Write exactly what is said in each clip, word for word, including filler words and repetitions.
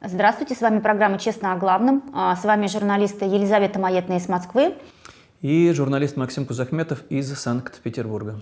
Здравствуйте, с вами программа «Честно о главном». С вами журналисты Елизавета Маетная из Москвы и журналист Максим Кузахметов из Санкт-Петербурга.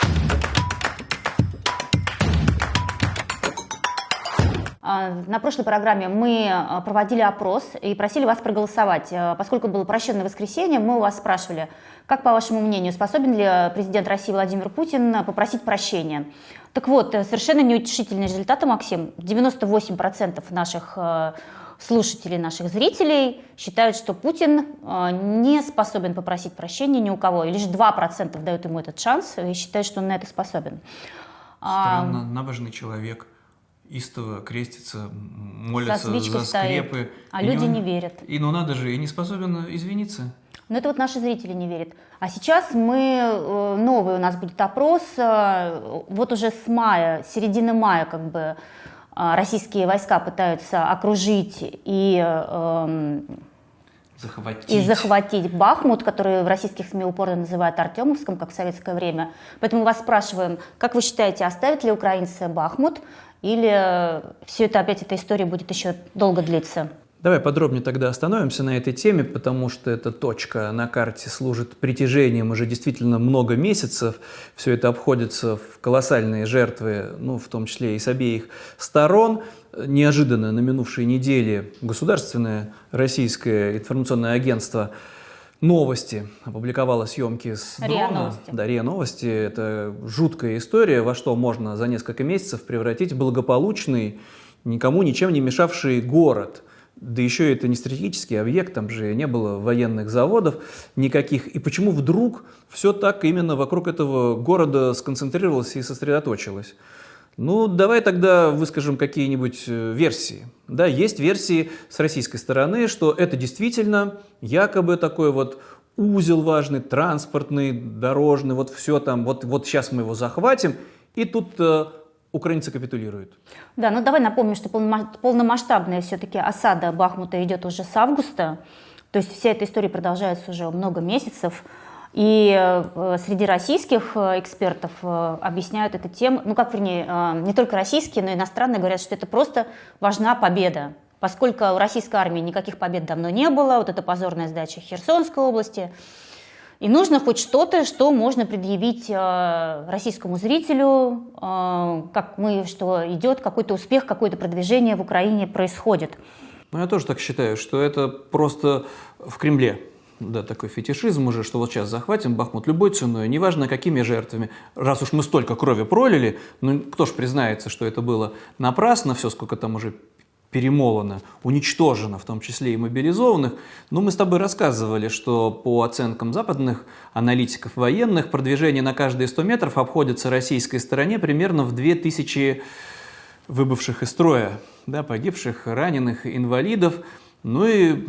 На прошлой программе мы проводили опрос и просили вас проголосовать. Поскольку было прощенное воскресенье, мы у вас спрашивали, как, по вашему мнению, способен ли президент России Владимир Путин попросить прощения? Так вот, совершенно неутешительные результаты, Максим. девяносто восемь процентов наших слушателей, наших зрителей считают, что Путин не способен попросить прощения ни у кого. И лишь два процента дают ему этот шанс и считают, что он на это способен. Странно, набожный человек. Истово крестится, молится за, за скрепы. Стоит, а люди он, не верят. И ну надо же, и не способен извиниться. Но это вот наши зрители не верят. А сейчас мы, новый у нас будет опрос, вот уже с мая, середины мая как бы российские войска пытаются окружить и, э, захватить. и захватить Бахмут, который в российских СМИ упорно называют Артемовском, как в советское время. Поэтому мы вас спрашиваем, как вы считаете, оставят ли украинцы Бахмут, или все это опять, эта история будет еще долго длиться? Давай подробнее тогда остановимся на этой теме, потому что эта точка на карте служит притяжением уже действительно много месяцев. Все это обходится в колоссальные жертвы, ну, в том числе и с обеих сторон. Неожиданно на минувшей неделе государственное российское информационное агентство «Новости» опубликовало съемки с дрона. РИА Новости. Да, РИА Новости. Это жуткая история, во что можно за несколько месяцев превратить благополучный, никому ничем не мешавший город. Да еще это не стратегический объект, там же не было военных заводов никаких. И почему вдруг все так именно вокруг этого города сконцентрировалось и сосредоточилось? Ну, давай тогда выскажем какие-нибудь версии. Да, есть версии с российской стороны, что это действительно якобы такой вот узел важный, транспортный, дорожный, вот все там, вот, вот сейчас мы его захватим, и тут э, украинцы капитулируют. Да, ну давай напомним, что полномасштабная все-таки осада Бахмута идет уже с августа, то есть вся эта история продолжается уже много месяцев. И э, среди российских э, экспертов э, объясняют эту тему, ну как, вернее, э, не только российские, но и иностранные говорят, что это просто важна победа. Поскольку у российской армии никаких побед давно не было, вот эта позорная сдача Херсонской области, и нужно хоть что-то, что можно предъявить э, российскому зрителю, э, как мы, что идет какой-то успех, какое-то продвижение в Украине происходит. Ну я тоже так считаю, что это просто в Кремле. Да, такой фетишизм уже, что вот сейчас захватим Бахмут любой ценой, неважно какими жертвами. Раз уж мы столько крови пролили, ну кто ж признается, что это было напрасно, все, сколько там уже перемолено, уничтожено, в том числе и мобилизованных. Но мы с тобой рассказывали, что по оценкам западных аналитиков военных, продвижение на каждые сто метров обходится российской стороне примерно в две тысячи выбывших из строя, да, погибших, раненых, инвалидов. Ну и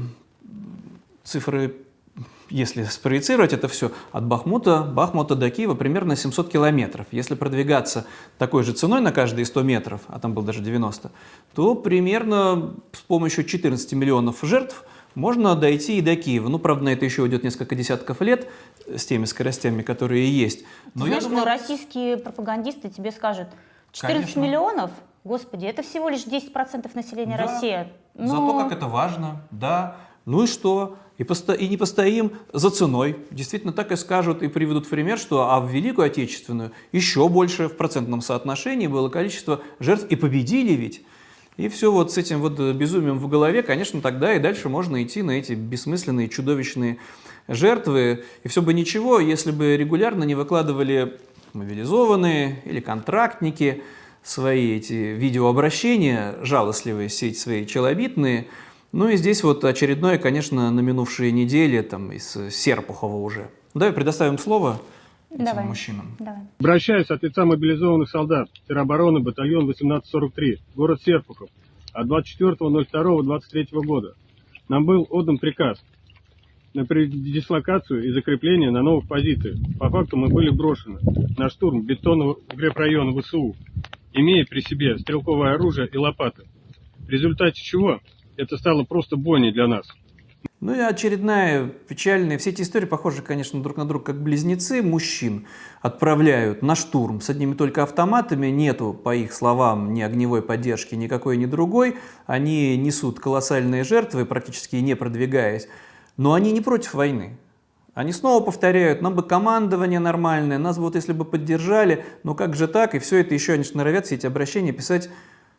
цифры, если спроецировать это все, от Бахмута, Бахмута до Киева примерно семьсот километров. Если продвигаться такой же ценой на каждые сто метров, а там было даже девяносто, то примерно с помощью четырнадцати миллионов жертв можно дойти и до Киева. Ну, правда, на это еще уйдет несколько десятков лет с теми скоростями, которые есть. Но Знаешь, я думаю... но российские пропагандисты тебе скажут, четырнадцать Конечно. миллионов? Господи, это всего лишь десять процентов населения Да. России. Но... Зато как это важно, да. Ну и что? И, посто... и не постоим за ценой. Действительно так и скажут, и приведут в пример, что а в Великую Отечественную еще больше в процентном соотношении было количество жертв, и победили ведь. И все вот с этим вот безумием в голове, конечно, тогда и дальше можно идти на эти бессмысленные, чудовищные жертвы. И все бы ничего, если бы регулярно не выкладывали мобилизованные или контрактники свои эти видеообращения, жалостливые, сеть свои челобитные. Ну и здесь вот очередное, конечно, на минувшей неделе, там, из Серпухова уже. Давай предоставим слово этим Давай. мужчинам. Давай. Обращаюсь от лица мобилизованных солдат теробороны, батальон восемнадцать сорок три, город Серпухов, от двадцать четвёртого ноль второго двадцать третьего года. Нам был отдан приказ на передислокацию и закрепление на новых позициях. По факту мы были брошены на штурм бетонного укрепрайона ВСУ, имея при себе стрелковое оружие и лопаты. В результате чего это стало просто бойней для нас. Ну и очередная печальная. Все эти истории похожи, конечно, друг на друга, как близнецы. Мужчин отправляют на штурм с одними только автоматами. Нету, по их словам, ни огневой поддержки, никакой, ни другой. Они несут колоссальные жертвы, практически не продвигаясь. Но они не против войны. Они снова повторяют, нам бы командование нормальное, нас бы вот если бы поддержали, ну как же так? И все это еще они норовят, все эти обращения писать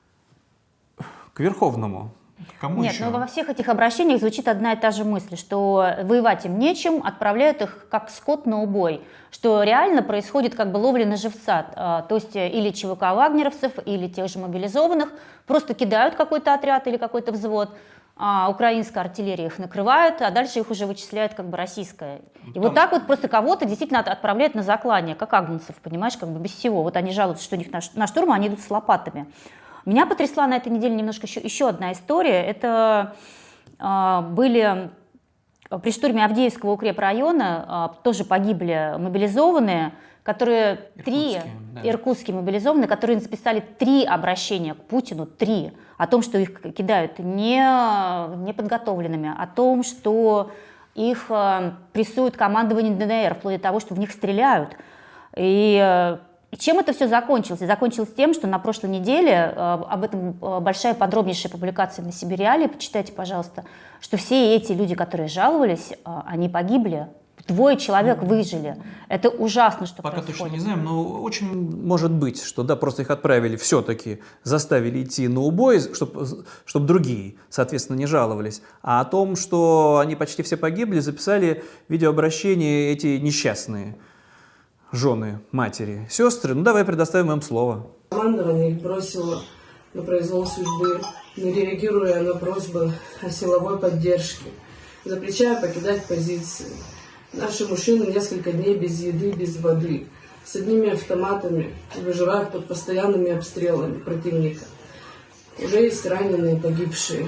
к Верховному. Кому Нет, еще? но во всех этих обращениях звучит одна и та же мысль, что воевать им нечем, отправляют их как скот на убой, что реально происходит как бы ловля на живца, то есть или ЧВК вагнеровцев, или тех же мобилизованных, просто кидают какой-то отряд или какой-то взвод, а украинская артиллерия их накрывает, а дальше их уже вычисляет как бы российская. И Там... вот так вот просто кого-то действительно отправляют на заклание, как агнцев, понимаешь, как бы без всего. Вот они жалуются, что у них на штурм, а они идут с лопатами. Меня потрясла на этой неделе немножко еще, еще одна история. Это э, были при штурме Авдеевского укрепрайона, э, тоже погибли мобилизованные, которые три, да. иркутские мобилизованные, которые написали три обращения к Путину, три, о том, что их кидают не, неподготовленными, о том, что их э, прессуют командование ДНР, вплоть до того, что в них стреляют. И э, И чем это все закончилось? И закончилось тем, что на прошлой неделе, э, об этом э, большая подробнейшая публикация на Сибириале, почитайте, пожалуйста, что все эти люди, которые жаловались, э, они погибли. Двое человек выжили. Это ужасно, что Пока происходит. точно не знаем, но очень может быть, что да, просто их отправили все-таки, заставили идти на убой, чтобы чтоб другие, соответственно, не жаловались. А о том, что они почти все погибли, записали видеообращения эти несчастные жены, матери, сестры. Ну, давай предоставим им слово. Командование их бросило на произвол судьбы, не реагируя на просьбы о силовой поддержке, запрещая покидать позиции. Наши мужчины несколько дней без еды, без воды, с одними автоматами, выживают под постоянными обстрелами противника. Уже есть раненые, погибшие.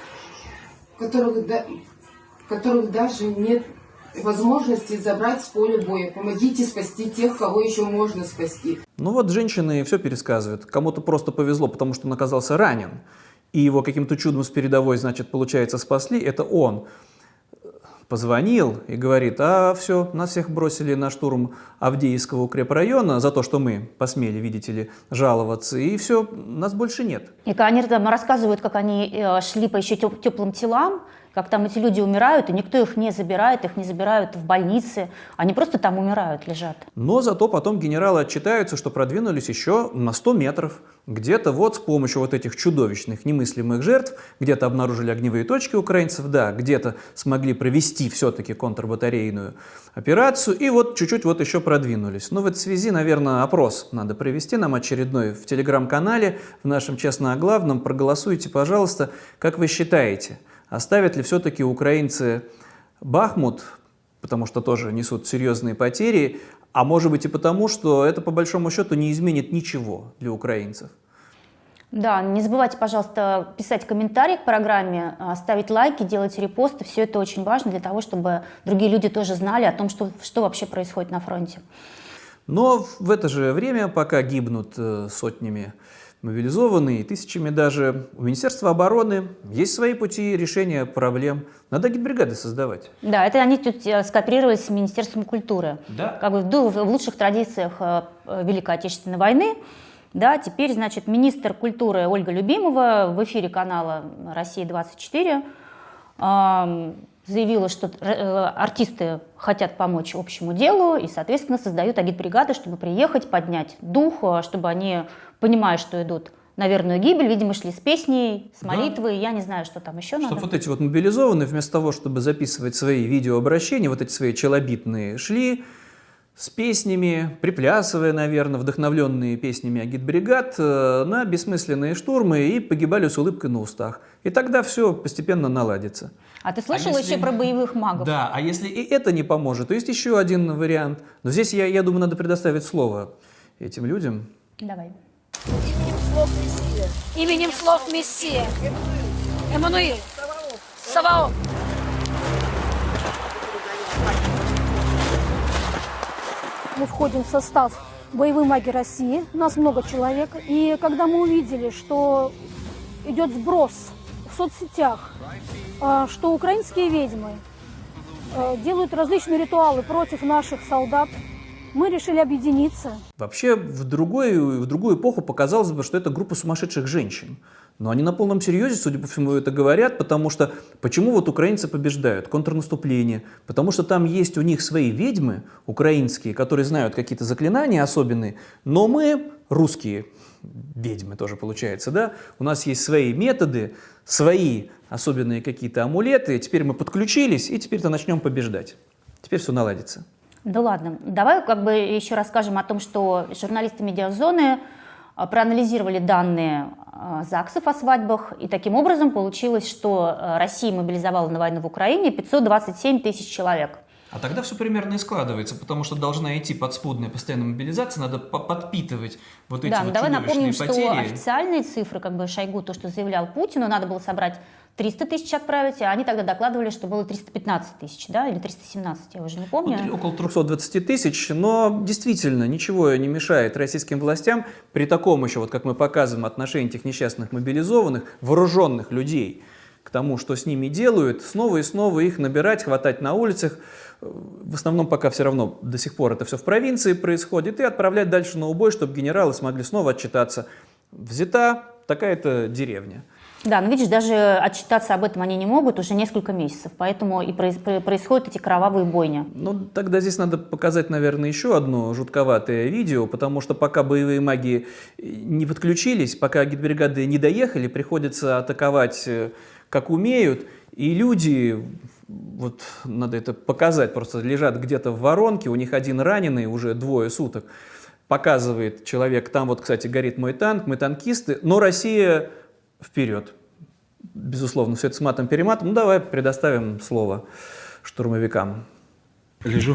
Которых, да, которых даже нет возможности забрать с поля боя. Помогите спасти тех, кого еще можно спасти. Ну вот женщины все пересказывают. Кому-то просто повезло, потому что он оказался ранен. И его каким-то чудом с передовой, значит, получается, спасли. Это он позвонил и говорит, а все, нас всех бросили на штурм Авдеевского укрепрайона за то, что мы посмели, видите ли, жаловаться. И все, нас больше нет. И они там рассказывают, как они шли по еще теплым телам, как там эти люди умирают, и никто их не забирает, их не забирают в больницы, они просто там умирают, лежат. Но зато потом генералы отчитаются, что продвинулись еще на сто метров. Где-то вот с помощью вот этих чудовищных, немыслимых жертв, где-то обнаружили огневые точки украинцев, да, где-то смогли провести все-таки контрбатарейную операцию, и вот чуть-чуть вот еще продвинулись. Но в этой связи, наверное, опрос надо провести нам очередной в телеграм-канале, в нашем «Честно о главном». Проголосуйте, пожалуйста, как вы считаете, оставят ли все-таки украинцы Бахмут, потому что тоже несут серьезные потери, а может быть и потому, что это по большому счету не изменит ничего для украинцев? Да, не забывайте, пожалуйста, писать комментарии к программе, ставить лайки, делать репосты. Все это очень важно для того, чтобы другие люди тоже знали о том, что, что вообще происходит на фронте. Но в это же время, пока гибнут сотнями мобилизованные, тысячами даже, у Министерства обороны есть свои пути решения проблем. Надо агитбригады создавать. Да, это они тут скооперировались с Министерством культуры. Да. Как бы в, в лучших традициях Великой Отечественной войны. Да, теперь, значит, министр культуры Ольга Любимова в эфире канала «Россия двадцать четыре» э, заявила, что артисты хотят помочь общему делу и, соответственно, создают агитбригады, чтобы приехать, поднять дух, чтобы они, понимая, что идут на верную гибель, видимо, шли с песней, с молитвой, да. Я не знаю, что там еще чтобы надо. Чтобы вот эти вот мобилизованные, вместо того, чтобы записывать свои видеообращения, вот эти свои челобитные, шли с песнями, приплясывая, наверное, вдохновленные песнями агитбригад, на бессмысленные штурмы и погибали с улыбкой на устах. И тогда все постепенно наладится. А ты слышал а если... еще про боевых магов? Да, а если и это не поможет, то есть еще один вариант. Но здесь, я, я думаю, надо предоставить слово этим людям. Давай. Именем слов Мессия. Именем слов Мессия. Эммануил. Саваоф. Мы входим в состав «Боевые маги России». У нас много человек. И когда мы увидели, что идет сброс в соцсетях, э, что украинские ведьмы э, делают различные ритуалы против наших солдат. Мы решили объединиться. Вообще, в другую, в другую эпоху показалось бы, что это группа сумасшедших женщин. Но они на полном серьезе, судя по всему, это говорят, потому что почему вот украинцы побеждают? Контрнаступление. Потому что там есть у них свои ведьмы украинские, которые знают какие-то заклинания особенные, но мы, русские ведьмы тоже получается, да? У нас есть свои методы, свои особенные какие-то амулеты, теперь мы подключились, и теперь-то начнем побеждать. Теперь все наладится. Да ладно, давай как бы еще расскажем о том, что журналисты «Медиазоны» проанализировали данные ЗАГСов о свадьбах, и таким образом получилось, что Россия мобилизовала на войну в Украине пятьсот двадцать семь тысяч человек. А тогда все примерно и складывается, потому что должна идти подспудная постоянная мобилизация, надо подпитывать вот эти да, вот давай чудовищные напомним, потери. что официальные цифры, как бы Шойгу, то, что заявлял Путину, надо было собрать триста тысяч отправить, а они тогда докладывали, что было триста пятнадцать тысяч, да, или триста семнадцать, я уже не помню. Вот около триста двадцать тысяч, но действительно ничего не мешает российским властям при таком еще, вот как мы показываем, отношении этих несчастных мобилизованных, вооруженных людей к тому, что с ними делают, снова и снова их набирать, хватать на улицах. В основном пока все равно до сих пор это все в провинции происходит, и отправлять дальше на убой, чтобы генералы смогли снова отчитаться. Взята такая-то деревня. Да, но видишь, даже отчитаться об этом они не могут уже несколько месяцев, поэтому и происходят эти кровавые бойни. Ну, тогда здесь надо показать, наверное, еще одно жутковатое видео, потому что пока боевые маги не подключились, пока агитбригады не доехали, приходится атаковать как умеют, и люди, вот надо это показать, просто лежат где-то в воронке, у них один раненый, уже двое суток, показывает человек, там вот, кстати, горит мой танк, мы танкисты, но Россия... Вперед. Безусловно, все это с матом-перематом. Ну, давай предоставим слово штурмовикам. Лежу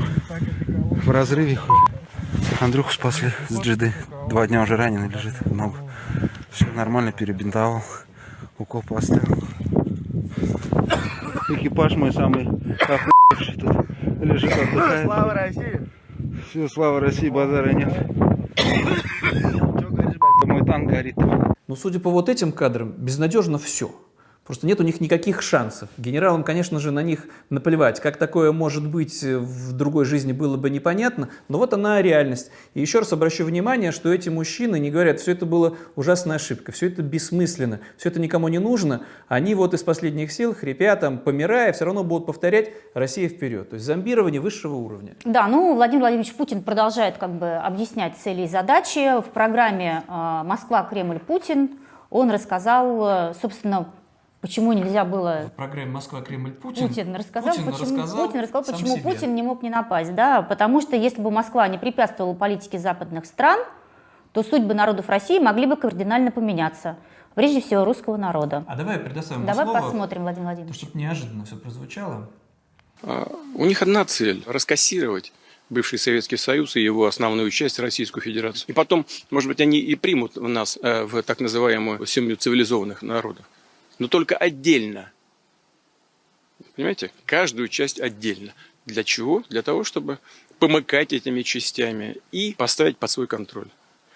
в разрыве. Андрюху спасли с джиды. Два дня уже раненый лежит. Много. Все нормально, перебинтовал. Укол поставил. Экипаж мой самый охуевший тут лежит, отдыхает. Слава России! Все, слава России, базара нет. Мой танк горит. Ну, судя по вот этим кадрам, безнадежно все. Просто нет у них никаких шансов. Генералам, конечно же, на них наплевать. Как такое может быть в другой жизни, было бы непонятно. Но вот она реальность. И еще раз обращу внимание, что эти мужчины не говорят, все это была ужасная ошибка, все это бессмысленно, все это никому не нужно. Они вот из последних сил, хрипя, там, помирая, все равно будут повторять «Россия вперед». То есть зомбирование высшего уровня. Да, ну, Владимир Владимирович Путин продолжает как бы объяснять цели и задачи. В программе «Москва, Кремль, Путин» он рассказал, собственно, почему нельзя было... В программе «Москва, Кремль, Путин» Путин рассказал, Путин почему, рассказал, Путин рассказал почему себе. Путин не мог не напасть. Да? Потому что если бы Москва не препятствовала политике западных стран, то судьбы народов России могли бы кардинально поменяться. Прежде всего, русского народа. А давай предоставим Давай слово, посмотрим, Владимир Владимирович. чтобы неожиданно все прозвучало. У них одна цель – раскассировать бывший Советский Союз и его основную часть, Российскую Федерацию. И потом, может быть, они и примут нас в так называемую семью цивилизованных народов. Но только отдельно. Понимаете? Каждую часть отдельно. Для чего? Для того, чтобы помыкать этими частями и поставить под свой контроль.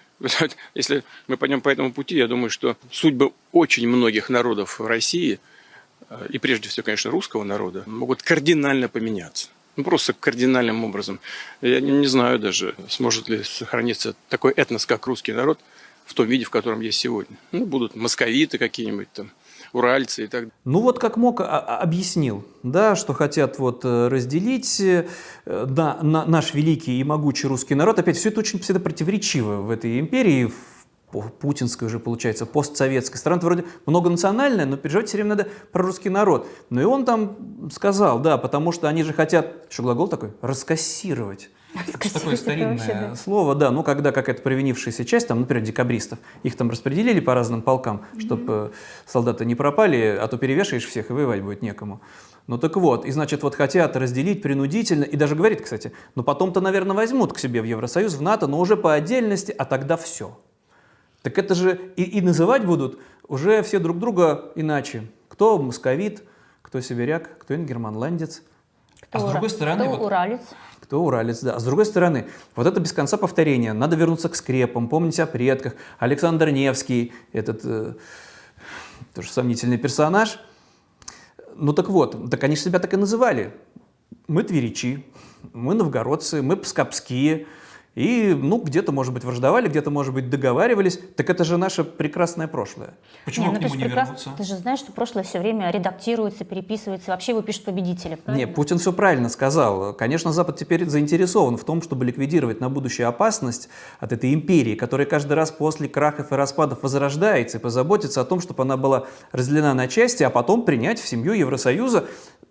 Если мы пойдем по этому пути, я думаю, что судьбы очень многих народов в России, и прежде всего, конечно, русского народа, могут кардинально поменяться. Ну, просто кардинальным образом. Я не, не знаю даже, сможет ли сохраниться такой этнос, как русский народ, в том виде, в котором есть сегодня. Ну, будут московиты какие-нибудь там, уральцы и так далее. Ну вот как мог, объяснил, да, что хотят вот разделить да, на, наш великий и могучий русский народ. Опять, все это очень всегда противоречиво в этой империи, в путинской уже, получается, постсоветской. Страна вроде многонациональная, но переживать все время надо про русский народ. Ну и он там сказал, да, потому что они же хотят, еще глагол такой, раскассировать. Что такое старинное вообще, да. слово, да, ну когда какая-то провинившаяся часть, там, например, декабристов, их там распределили по разным полкам, mm-hmm. чтобы солдаты не пропали, а то перевешаешь всех и воевать будет некому. Ну так вот, и значит вот хотят разделить принудительно, и даже говорит, кстати, ну потом-то, наверное, возьмут к себе в Евросоюз, в НАТО, но уже по отдельности, а тогда все. Так это же и, и называть будут уже все друг друга иначе. Кто московит, кто сибиряк, кто ингерманландец. Кто, а с другой стороны, кто вот, уралец. Кто уралец, да. А с другой стороны, вот это без конца повторение. Надо вернуться к скрепам, помнить о предках. Александр Невский, этот э, тоже сомнительный персонаж. Ну так вот, так они же себя так и называли. Мы тверичи, мы новгородцы, мы пскапские. И, ну, где-то, может быть, враждовали, где-то, может быть, договаривались. Так это же наше прекрасное прошлое. Почему не, ну, к нему не прекрасно, вернуться? Ты же знаешь, что прошлое все время редактируется, переписывается, вообще его пишут победители. Правильно? Не, Путин все правильно сказал. Конечно, Запад теперь заинтересован в том, чтобы ликвидировать на будущее опасность от этой империи, которая каждый раз после крахов и распадов возрождается, и позаботиться о том, чтобы она была разделена на части, а потом принять в семью Евросоюза.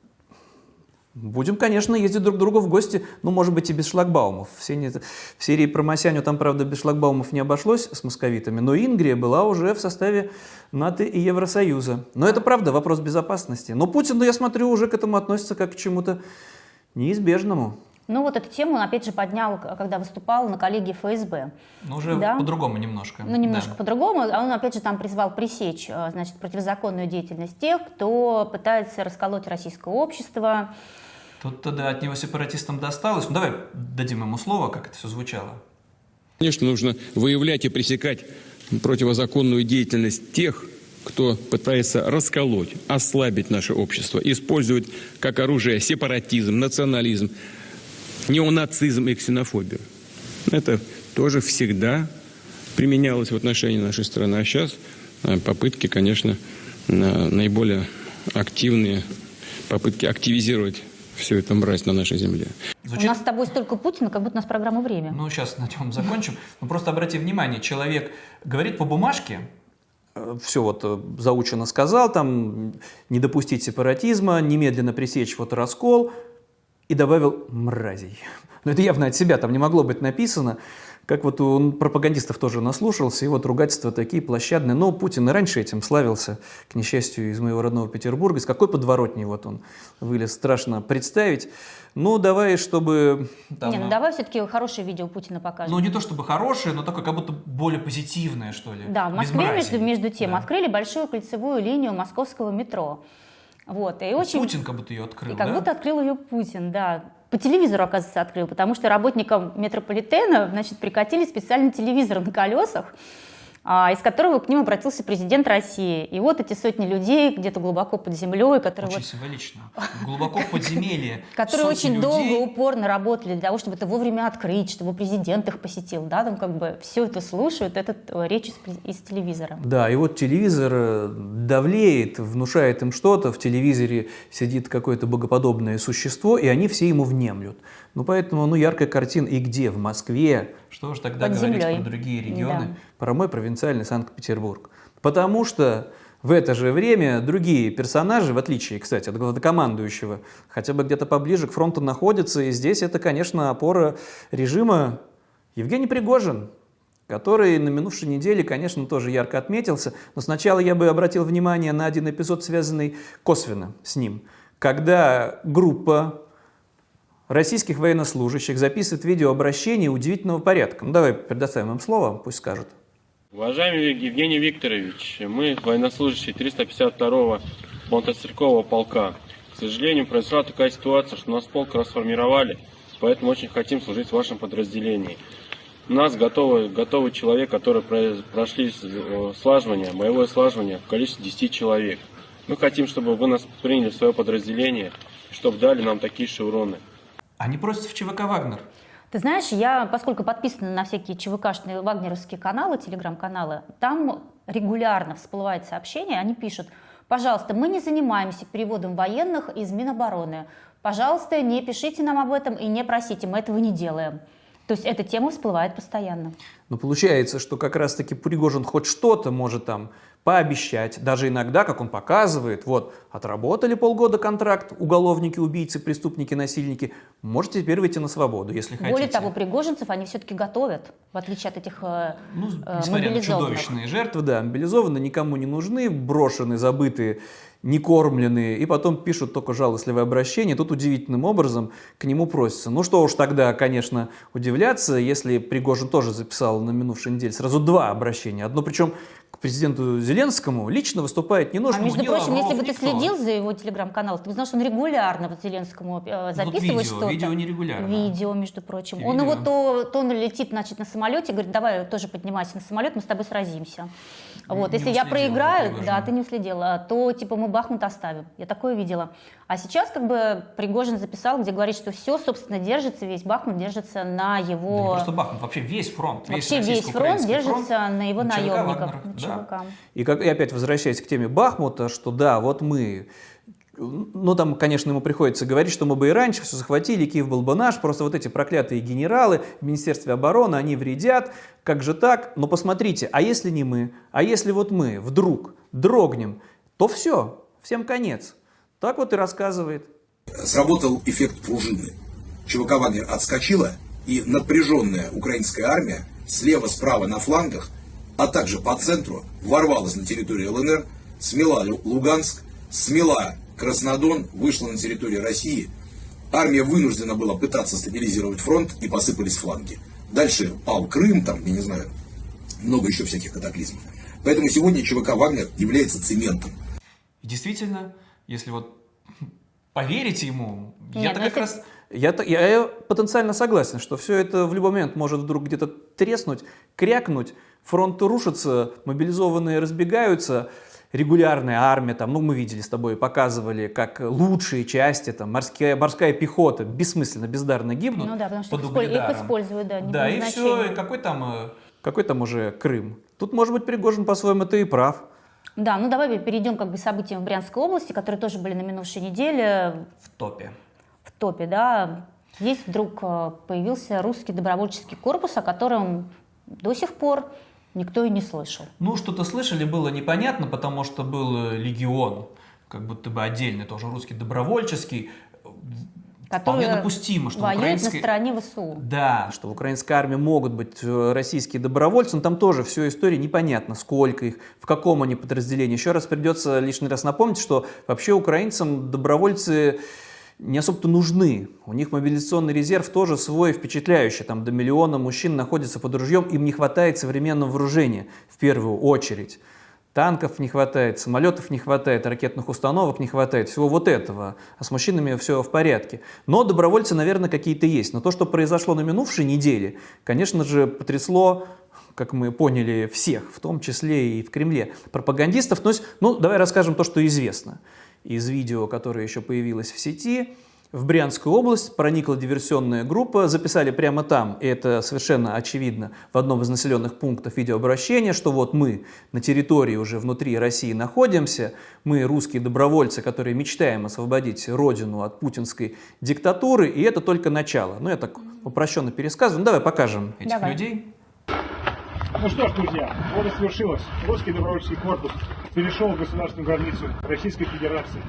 Будем, конечно, ездить друг к другу в гости, ну, может быть, и без шлагбаумов. В, сене, в серии про Масяню там, правда, без шлагбаумов не обошлось с московитами, но Ингрия была уже в составе НАТО и Евросоюза. Но это, правда, вопрос безопасности. Но Путин, ну, я смотрю, уже к этому относится как к чему-то неизбежному. Ну, вот эту тему он, опять же, поднял, когда выступал на коллегии эф эс бэ. Ну, уже да? по-другому немножко. Ну, немножко да. по-другому. А он, опять же, там призвал пресечь, значит, противозаконную деятельность тех, кто пытается расколоть российское общество. Тут-то, да, от него сепаратистам досталось. Ну, давай дадим ему слово, как это все звучало. Конечно, нужно выявлять и пресекать противозаконную деятельность тех, кто пытается расколоть, ослабить наше общество, использовать как оружие сепаратизм, национализм, неонацизм и ксенофобию. Это тоже всегда применялось в отношении нашей страны. А сейчас попытки, конечно, наиболее активные, попытки активизировать все это мразь на нашей земле. Звучит... У нас с тобой столько Путина, как будто у нас программа «Время». Ну, сейчас на чем закончим. Ну, просто обрати внимание, человек говорит по бумажке, все вот заучено сказал, там, не допустить сепаратизма, немедленно пресечь вот раскол, и добавил «мразей». Но это явно от себя, там не могло быть написано. Как вот он пропагандистов тоже наслушался, и вот ругательства такие площадные. Но Путин и раньше этим славился, к несчастью, из моего родного Петербурга. Из какой подворотни вот он вылез, страшно представить. Ну, давай, чтобы... Там, не, ну давай все-таки хорошее видео Путина покажем. Ну, не то чтобы хорошее, но такое как будто более позитивное, что ли. Да, в Москве, между, между тем, да. открыли большую кольцевую линию московского метро. Вот, и очень... Путин как будто ее открыл, И как да? будто открыл ее Путин, да. По телевизору, оказывается, открыл, потому что работникам метрополитена, значит, прикатили специальный телевизор на колесах, а, из которого к ним обратился президент России. И вот эти сотни людей где-то глубоко под землей, которые... Очень вот, символично. Глубоко в подземелье. которые очень людей. долго, упорно работали для того, чтобы это вовремя открыть, чтобы президент их посетил. Да, там как бы все это слушают, этот речь из, из телевизора. Да, и вот телевизор давлеет, внушает им что-то, в телевизоре сидит какое-то богоподобное существо, и они все ему внемлют. Ну, поэтому, ну, яркая картина. И где? В Москве. Что уж тогда Под говорить землей. про другие регионы, Да. про мой провинциальный Санкт-Петербург. Потому что в это же время другие персонажи, в отличие, кстати, от главнокомандующего, хотя бы где-то поближе к фронту находятся, и здесь это, конечно, опора режима Евгений Пригожин, который на минувшей неделе, конечно, тоже ярко отметился. Но сначала я бы обратил внимание на один эпизод, связанный косвенно с ним, когда группа российских военнослужащих записывает видеообращение удивительного порядка. Ну, давай предоставим им слово, пусть скажут. Уважаемый Евгений Викторович, мы, военнослужащие триста пятьдесят второго мотострелкового полка. К сожалению, произошла такая ситуация, что нас полк расформировали, поэтому очень хотим служить в вашем подразделении. У нас готовый, готовый человек, который прошли слаживание, боевое слаживание в количестве десяти человек. Мы хотим, чтобы вы нас приняли в свое подразделение, чтобы дали нам такие шевроны. Они просят в ЧВК «Вагнер». Ты знаешь, я, поскольку подписана на всякие ЧВКшные вагнеровские каналы, телеграм-каналы, там регулярно всплывает сообщение, они пишут: пожалуйста, мы не занимаемся переводом военных из Минобороны. Пожалуйста, не пишите нам об этом и не просите, мы этого не делаем. То есть эта тема всплывает постоянно. Но получается, что как раз-таки Пригожин хоть что-то может там пообещать, даже иногда, как он показывает, вот, отработали полгода контракт, уголовники, убийцы, преступники, насильники, можете теперь выйти на свободу, если хотите. Более того, пригожинцев они все-таки готовят, в отличие от этих э, ну, э, несмотря на чудовищные жертвы, да, мобилизованные, никому не нужны, брошены, забытые, не кормленные, и потом пишут только жалостливое обращение. Тут удивительным образом к нему просятся. Ну что уж тогда, конечно, удивляться, если Пригожин тоже записал на минувшей неделе сразу два обращения. Одно причем к президенту Зеленскому лично выступает не нож, А между ни прочим, Лавров, если бы ты никто. следил за его телеграм-каналом, ты бы знал, что он регулярно вот Зеленскому э, записывает видео, что-то. видео нерегулярно. Видео, между прочим. И Он видео. его то, то он летит, значит, на самолете, говорит, давай тоже поднимайся на самолет, мы с тобой сразимся. Вот, Не если я уследила за проиграю, Пригожиным. да, ты не уследила, то типа мы Бахмут оставим. Я такое видела. А сейчас как бы Пригожин записал, где говорит, что все, собственно, держится, весь Бахмут держится на Да его... не просто Бахмут, вообще весь фронт. Вообще весь фронт российско-украинский держится фронт на его на ЧВК наемников, «Вагнер», на да. ЧВК. И, как, и опять возвращаясь к теме Бахмута, что да, вот мы, ну там, конечно, ему приходится говорить, что мы бы и раньше все захватили, Киев был бы наш, просто вот эти проклятые генералы в Министерстве обороны, они вредят, как же так? Но посмотрите, а если не мы, а если вот мы вдруг дрогнем, то все, всем конец. Так вот и рассказывает. Сработал эффект пружины. ЧВК «Вагнер» отскочила, и напряженная украинская армия слева-справа на флангах, а также по центру ворвалась на территорию ЛНР, смела Луганск, смела Краснодон, вышла на территорию России. Армия вынуждена была пытаться стабилизировать фронт, и посыпались фланги. Дальше пал Крым, там, я не знаю, много еще всяких катаклизмов. Поэтому сегодня ЧВК «Вагнер» является цементом. И действительно, если вот поверить ему, Нет, я-то ну как это- раз... Я, я, я потенциально согласен, что все это в любой момент может вдруг где-то треснуть, крякнуть, фронт рушится, мобилизованные разбегаются, регулярная армия, там, ну мы видели с тобой, показывали, как лучшие части, там, морская, морская пехота бессмысленно, бездарно гибнут Ну да, потому что под их исполь- их угледаром. используют, да, не Да, по и назначению. все, и какой там, э, какой там уже Крым. Тут, может быть, Пригожин по-своему ты и прав. Да, ну давай перейдем как бы к событиям в Брянской области, которые тоже были на минувшей неделе В топе. в топе, да. Здесь вдруг э, появился русский добровольческий корпус, о котором до сих пор никто и не слышал. Ну, что-то слышали, было непонятно, потому что был легион, как будто бы отдельный, тоже русский добровольческий. Вполне Которые допустимо, что в воюют на украинской... стороне ВСУ. Да, что в украинской армии могут быть э, российские добровольцы, но там тоже все истории непонятно, сколько их, в каком они подразделении. Еще раз придется лишний раз напомнить, что вообще украинцам добровольцы не особо-то нужны. У них мобилизационный резерв тоже свой впечатляющий. Там до миллиона мужчин находится под ружьем, им не хватает современного вооружения в первую очередь. Танков не хватает, самолетов не хватает, ракетных установок не хватает, всего вот этого. А с мужчинами все в порядке. Но добровольцы, наверное, какие-то есть. Но то, что произошло на минувшей неделе, конечно же, потрясло, как мы поняли, всех, в том числе и в Кремле, пропагандистов. Но, ну, давай расскажем то, что известно. Из видео, которое еще появилось в сети, в Брянскую область проникла диверсионная группа, записали прямо там, и это совершенно очевидно, в одном из населенных пунктов видеообращения, что вот мы на территории уже внутри России находимся, мы русские добровольцы, которые мечтаем освободить родину от путинской диктатуры, и это только начало. Ну, я так упрощенно пересказываю. Ну, давай покажем этих Давай. людей. Ну что ж, друзья, вот и свершилось. Русский добровольческий корпус перешел государственную границу Российской Федерации.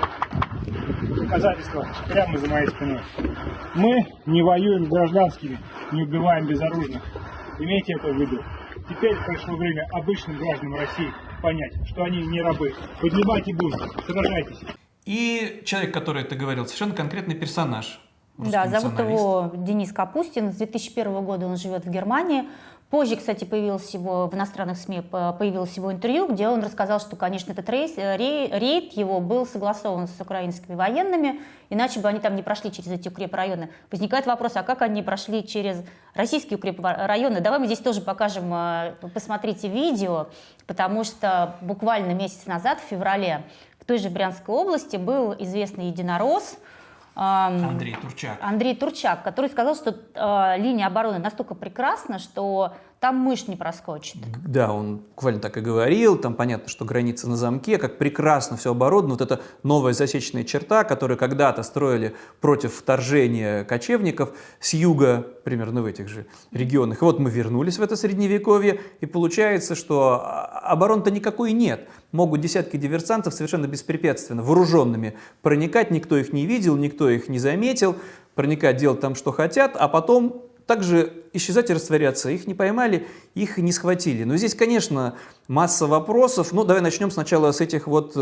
Доказательства прямо за моей спиной. Мы не воюем с гражданскими, не убиваем безоружных. Имейте это в виду. Теперь пришло время обычным гражданам России понять, что они не рабы. Поднимайте бунт, сражайтесь. И человек, который ты говорил, совершенно конкретный персонаж. Да, русский зовут националист. его Денис Капустин. С две тысячи первого года он живет в Германии. Позже, кстати, появилось его, в иностранных СМИ появилось его интервью, где он рассказал, что, конечно, этот рейс, рей, рейд его был согласован с украинскими военными, иначе бы они там не прошли через эти укрепрайоны. Возникает вопрос, а как они прошли через российские укрепрайоны? Давай мы здесь тоже покажем, посмотрите видео, потому что буквально месяц назад, в феврале, в той же Брянской области был известный единорос, Андрей Турчак. Андрей Турчак, который сказал, что э, линия обороны настолько прекрасна, что там мышь не проскочит. Да, он буквально так и говорил, там понятно, что граница на замке, как прекрасно все оборудовано, вот эта новая засечная черта, которую когда-то строили против вторжения кочевников с юга, примерно в этих же регионах. И вот мы вернулись в это средневековье, и получается, что обороны-то никакой нет. Могут десятки диверсантов совершенно беспрепятственно, вооруженными проникать, никто их не видел, никто их не заметил, проникать, делать там, что хотят, а потом также исчезать и растворяться. Их не поймали, их не схватили. Но здесь, конечно, масса вопросов. Ну, давай начнем сначала с этих вот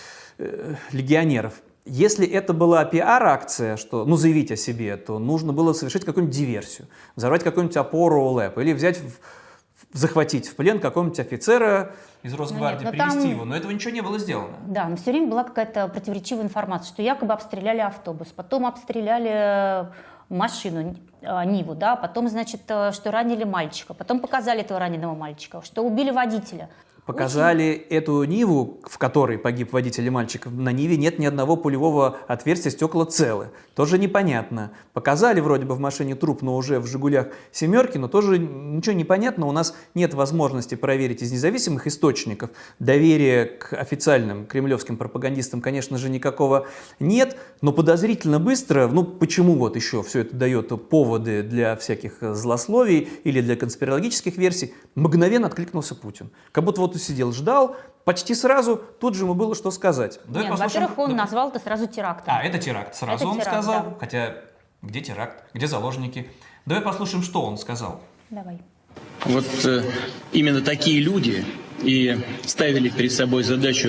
э, легионеров. Если это была пиар-акция, что, ну, заявить о себе, то нужно было совершить какую-нибудь диверсию, взорвать какую-нибудь опору ЛЭП или взять в, захватить в плен какого-нибудь офицера из Росгвардии, Ну нет, но привести там- его. Но этого ничего не было сделано. Да, но все время была какая-то противоречивая информация, что якобы обстреляли автобус, потом обстреляли машину, э, Ниву, да, потом, значит, э, что ранили мальчика, потом показали этого раненого мальчика, что убили водителя. Показали эту Ниву, в которой погиб водитель и мальчик. На Ниве нет ни одного пулевого отверстия, стекла целы. Тоже непонятно. Показали вроде бы в машине труп, но уже в «Жигулях» семерки, но тоже ничего не понятно. У нас нет возможности проверить из независимых источников. Доверия к официальным кремлевским пропагандистам, конечно же, никакого нет. Но подозрительно быстро, ну почему вот еще все это дает поводы для всяких злословий или для конспирологических версий, мгновенно откликнулся Путин. Как будто вот сидел, ждал, почти сразу тут же ему было что сказать. Давай Нет, послушаем- во-первых, он да. назвал это сразу терактом. А, это теракт. Сразу Это он теракт, сказал. да. Хотя, где теракт? Где заложники? Давай послушаем, что он сказал. Давай. Вот э, именно такие люди и ставили перед собой задачу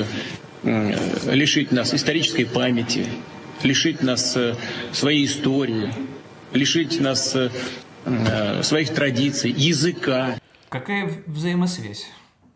э, лишить нас исторической памяти, лишить нас э, своей истории, лишить нас э, э, своих традиций, языка. Какая взаимосвязь?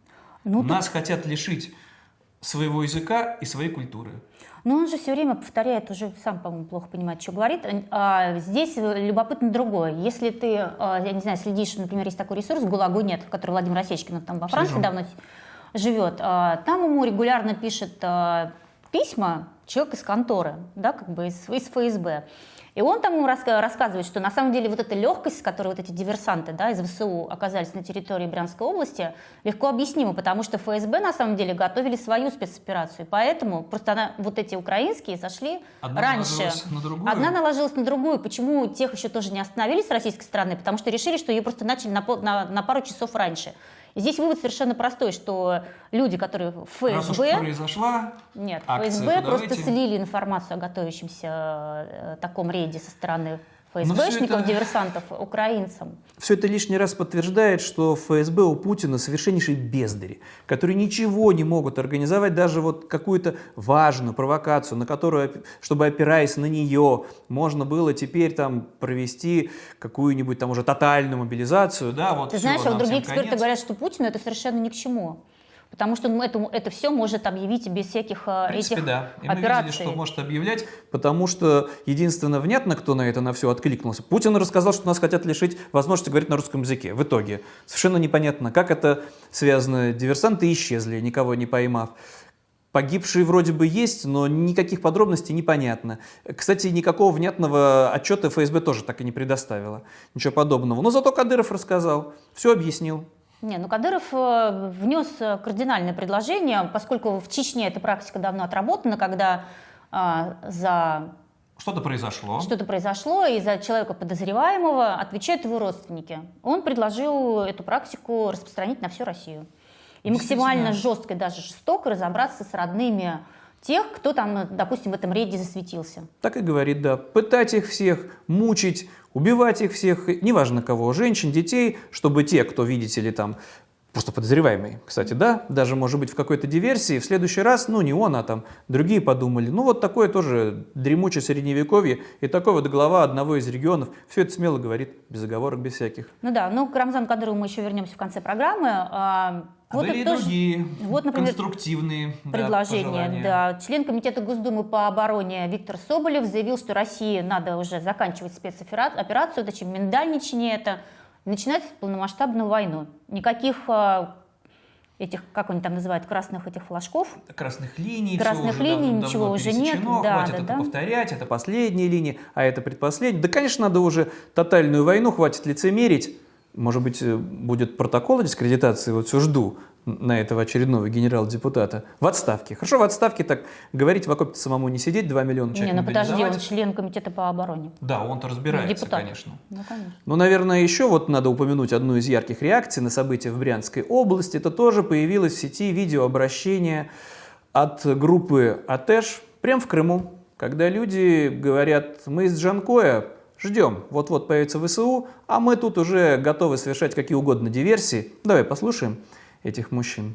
Ну, Нас хотят лишить своего языка и своей культуры. Но он же все время повторяет, уже сам, по-моему, плохо понимает, что говорит. А здесь любопытно другое. Если ты, а, я не знаю, следишь, например, есть такой ресурс «Гулагу нет», который Владимир Осечкин, он там во Франции Слежу. давно живет, а, там ему регулярно пишет а, письма человек из конторы, да, как бы из, из эф эс бэ. И он там ему раска- рассказывает, что на самом деле вот эта легкость, с которой вот эти диверсанты, да, из вэ эс у оказались на территории Брянской области, легко объяснима, потому что эф эс бэ на самом деле готовили свою спецоперацию. Поэтому просто она, вот эти украинские сошли Одна раньше. наложилась на другую? Одна наложилась на другую. Почему тех еще тоже не остановили с российской стороны? Потому что решили, что ее просто начали на, пол- на, на пару часов раньше. И здесь вывод совершенно простой, что люди, которые в Раз уж эф эс бэ... произошла Нет, акция, эф эс бэ то просто давайте- слили информацию о готовящемся э, таком рейде со стороны эф эс Но всё бэшников, это- диверсантов, украинцам. Все это лишний раз подтверждает, что эф эс бэ у Путина совершеннейшие бездари, которые ничего не могут организовать, даже вот какую-то важную провокацию, на которую, чтобы опираясь на нее, можно было теперь там провести какую-нибудь там уже тотальную мобилизацию, да, вот Ты всё, знаешь, а вот нам другие всем эксперты конец. говорят, что Путину это совершенно ни к чему. Потому что ну, это, это все может объявить без всяких э, В принципе, этих да. И мы операций. видели, что может объявлять, потому что единственно внятно, кто на это на все откликнулся. Путин рассказал, что нас хотят лишить возможности говорить на русском языке. В итоге совершенно непонятно, как это связано. Диверсанты исчезли, никого не поймав. Погибшие вроде бы есть, но никаких подробностей непонятно. Кстати, никакого внятного отчета эф эс бэ тоже так и не предоставила. Ничего подобного. Но зато Кадыров рассказал, все объяснил. Не, ну Кадыров э, внес э, кардинальное предложение, поскольку в Чечне эта практика давно отработана, когда э, за Что-то произошло. что-то произошло, и за человека подозреваемого отвечают его родственники. Он предложил эту практику распространить на всю Россию. И максимально жестко и даже жестоко разобраться с родными тех, кто там, допустим, в этом рейде засветился. Так и говорит, да. Пытать их всех, мучить, убивать их всех, неважно кого, женщин, детей, чтобы те, кто, видите ли, там, просто подозреваемый, кстати, да, даже, может быть, в какой-то диверсии, в следующий раз, ну, не он, а там другие подумали. Ну, вот такое тоже дремучее средневековье, и такой вот глава одного из регионов, все это смело говорит, без оговорок, без всяких. Ну да, ну к Рамзану Кадырову мы еще вернемся в конце программы. А, вот Были это и тоже- другие вот, например, конструктивные да, предложение. пожелания. Да. Член комитета Госдумы по обороне Виктор Соболев заявил, что России надо уже заканчивать спецоперацию, зачем миндальничание это, и начинать полномасштабную войну. Никаких а, этих, как они там называют, красных этих флажков. Красных линий, Красных всё уже линий, давно- ничего давно уже нет. пересечено, Да, хватит да, это да. повторять, это последние линии, а это предпоследние. Да, конечно, надо уже тотальную войну, хватит лицемерить. Может быть, э, будет протокол о дискредитации, вот все жду на этого очередного генерал-депутата. В отставке. Хорошо, в отставке так говорить, в окопе самому не сидеть, два миллиона Не, человек ну подожди, он мобилизовать. член комитета по обороне. Да, он-то Ну, разбирается, депутат. конечно. Ну, конечно. Ну, наверное, еще вот надо упомянуть одну из ярких реакций на события в Брянской области. Это тоже появилось в сети видеообращение от группы «Атэш» прямо в Крыму, когда люди говорят: мы из Джанкоя ждем, вот-вот появится вэ эс у, а мы тут уже готовы совершать какие угодно диверсии. Давай послушаем этих мужчин.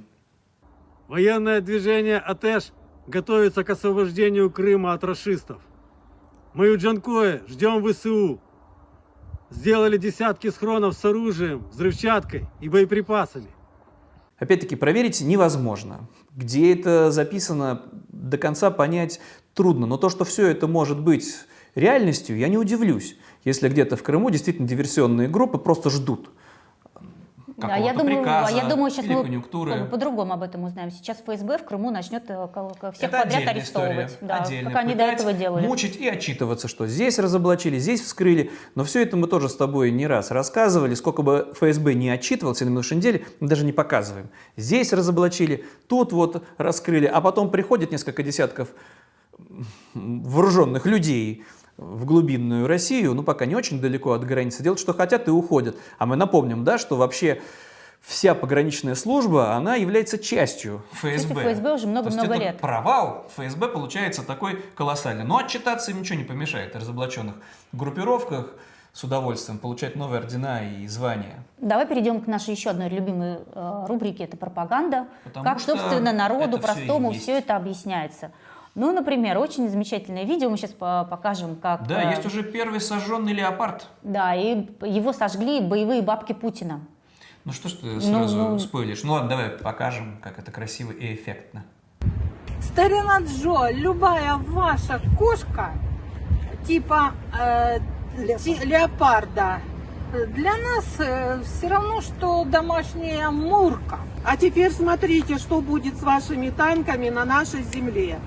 Военное движение «Атэш» готовится к освобождению Крыма от рашистов. Мы у Джанкоя ждем вэ эс у. сделали десятки схронов с оружием, взрывчаткой и боеприпасами. Опять-таки, проверить невозможно. Где это записано, до конца понять трудно. Но то, что все это может быть реальностью, я не удивлюсь, если где-то в Крыму действительно диверсионные группы просто ждут Да, я думаю, приказа я думаю, сейчас или мы конъюнктуры. как бы по-другому об этом узнаем. Сейчас ФСБ в Крыму начнет э, ко- ко- всех Это подряд отдельная история. арестовывать. Да, Отдельно. как они до Пытать, этого делали. мучить и отчитываться, что здесь разоблачили, здесь вскрыли. Но все это мы тоже с тобой не раз рассказывали. Сколько бы ФСБ не отчитывался на минувшей неделе, мы даже не показываем. Здесь разоблачили, тут вот раскрыли, а потом приходит несколько десятков вооруженных людей в глубинную Россию, ну пока не очень далеко от границы, делают, что хотят и уходят. А мы напомним, да, что вообще вся пограничная служба, она является частью ФСБ. Кстати, ФСБ уже много-много То есть лет. этот провал ФСБ получается такой колоссальный. Но отчитаться им ничего не помешает. Разоблаченных группировках с удовольствием получать новые ордена и звания. Давай перейдем к нашей еще одной любимой э, рубрике, это пропаганда. Потому как, что собственно, народу это простому всё и есть. все это объясняется. Ну, например, очень замечательное видео, мы сейчас по- покажем, как... Да, э, есть уже первый сожженный леопард. Да, и его сожгли боевые бабки Путина. Ну что ж ты Ну, сразу ну. спойлишь? Ну ладно, давай покажем, как это красиво и эффектно. Старина Джо, любая ваша кошка типа э, ти- леопарда для нас э, все равно, что домашняя мурка. А теперь смотрите, что будет с вашими танками на нашей земле.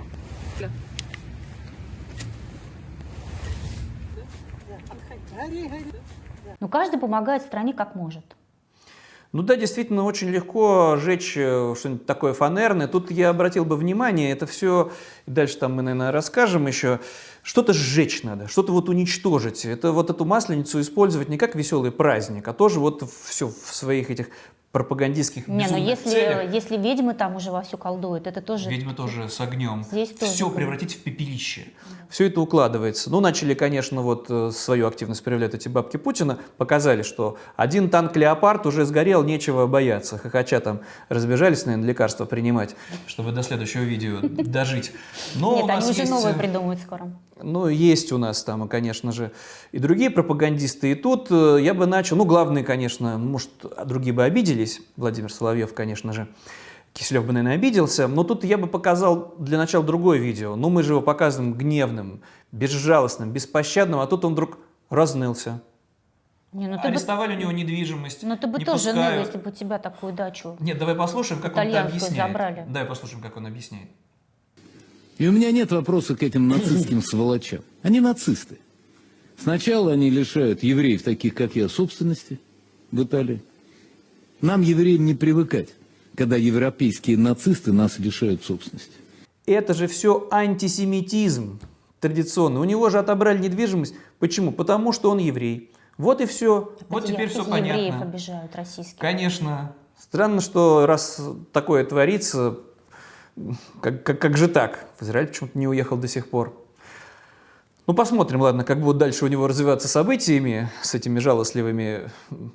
Но каждый помогает стране как может. Ну да, действительно, очень легко жечь э, что-нибудь такое фанерное. Тут я обратил бы внимание, это все, дальше там мы, наверное, расскажем еще, что-то сжечь надо, что-то вот уничтожить. Это вот эту масленицу использовать не как веселый праздник, а тоже вот все в своих этих пропагандистских Не, но безумных если, целях. если ведьмы там уже вовсю колдуют, это тоже... Ведьмы тоже с огнем. Здесь тоже Все будет. превратить в пепелище. Все это укладывается. Ну, начали, конечно, вот э, свою активность проявлять эти бабки Путина. Показали, что один танк «Леопард» уже сгорел, нечего бояться. Хохоча там разбежались, наверное, лекарства принимать, чтобы до следующего видео дожить. Но Нет, у нас они уже есть... новые придумают скоро. Ну, есть у нас там, конечно же, и другие пропагандисты. И тут э, я бы начал, ну, главные, конечно, может, другие бы обиделись. Владимир Соловьев, конечно же. Киселев бы, наверное, обиделся. Но тут я бы показал для начала другое видео. Ну, мы же его показываем гневным, безжалостным, беспощадным, а тут он вдруг разнылся. Не, ну ты Арестовали бы, у него недвижимость. ну ты бы не тоже пускают. ныл, если бы у тебя такую дачу Нет, давай послушаем, как он это итальянскую объясняет. забрали. Давай послушаем, как он объясняет. И у меня нет вопроса к этим нацистским сволочам. Они нацисты. Сначала они лишают евреев, таких как я, собственности в Италии. Нам, евреям, не привыкать, когда европейские нацисты нас лишают собственности. Это же все антисемитизм традиционный. У него же отобрали недвижимость. Почему? Потому что он еврей. Вот и все. Вот Кстати, теперь все кстати, евреев понятно. обижают российских. Конечно. Странно, что раз такое творится, как, как, как же так? В Израиль почему-то не уехал до сих пор. Ну, посмотрим, ладно, как будут дальше у него развиваться событиями с этими жалостливыми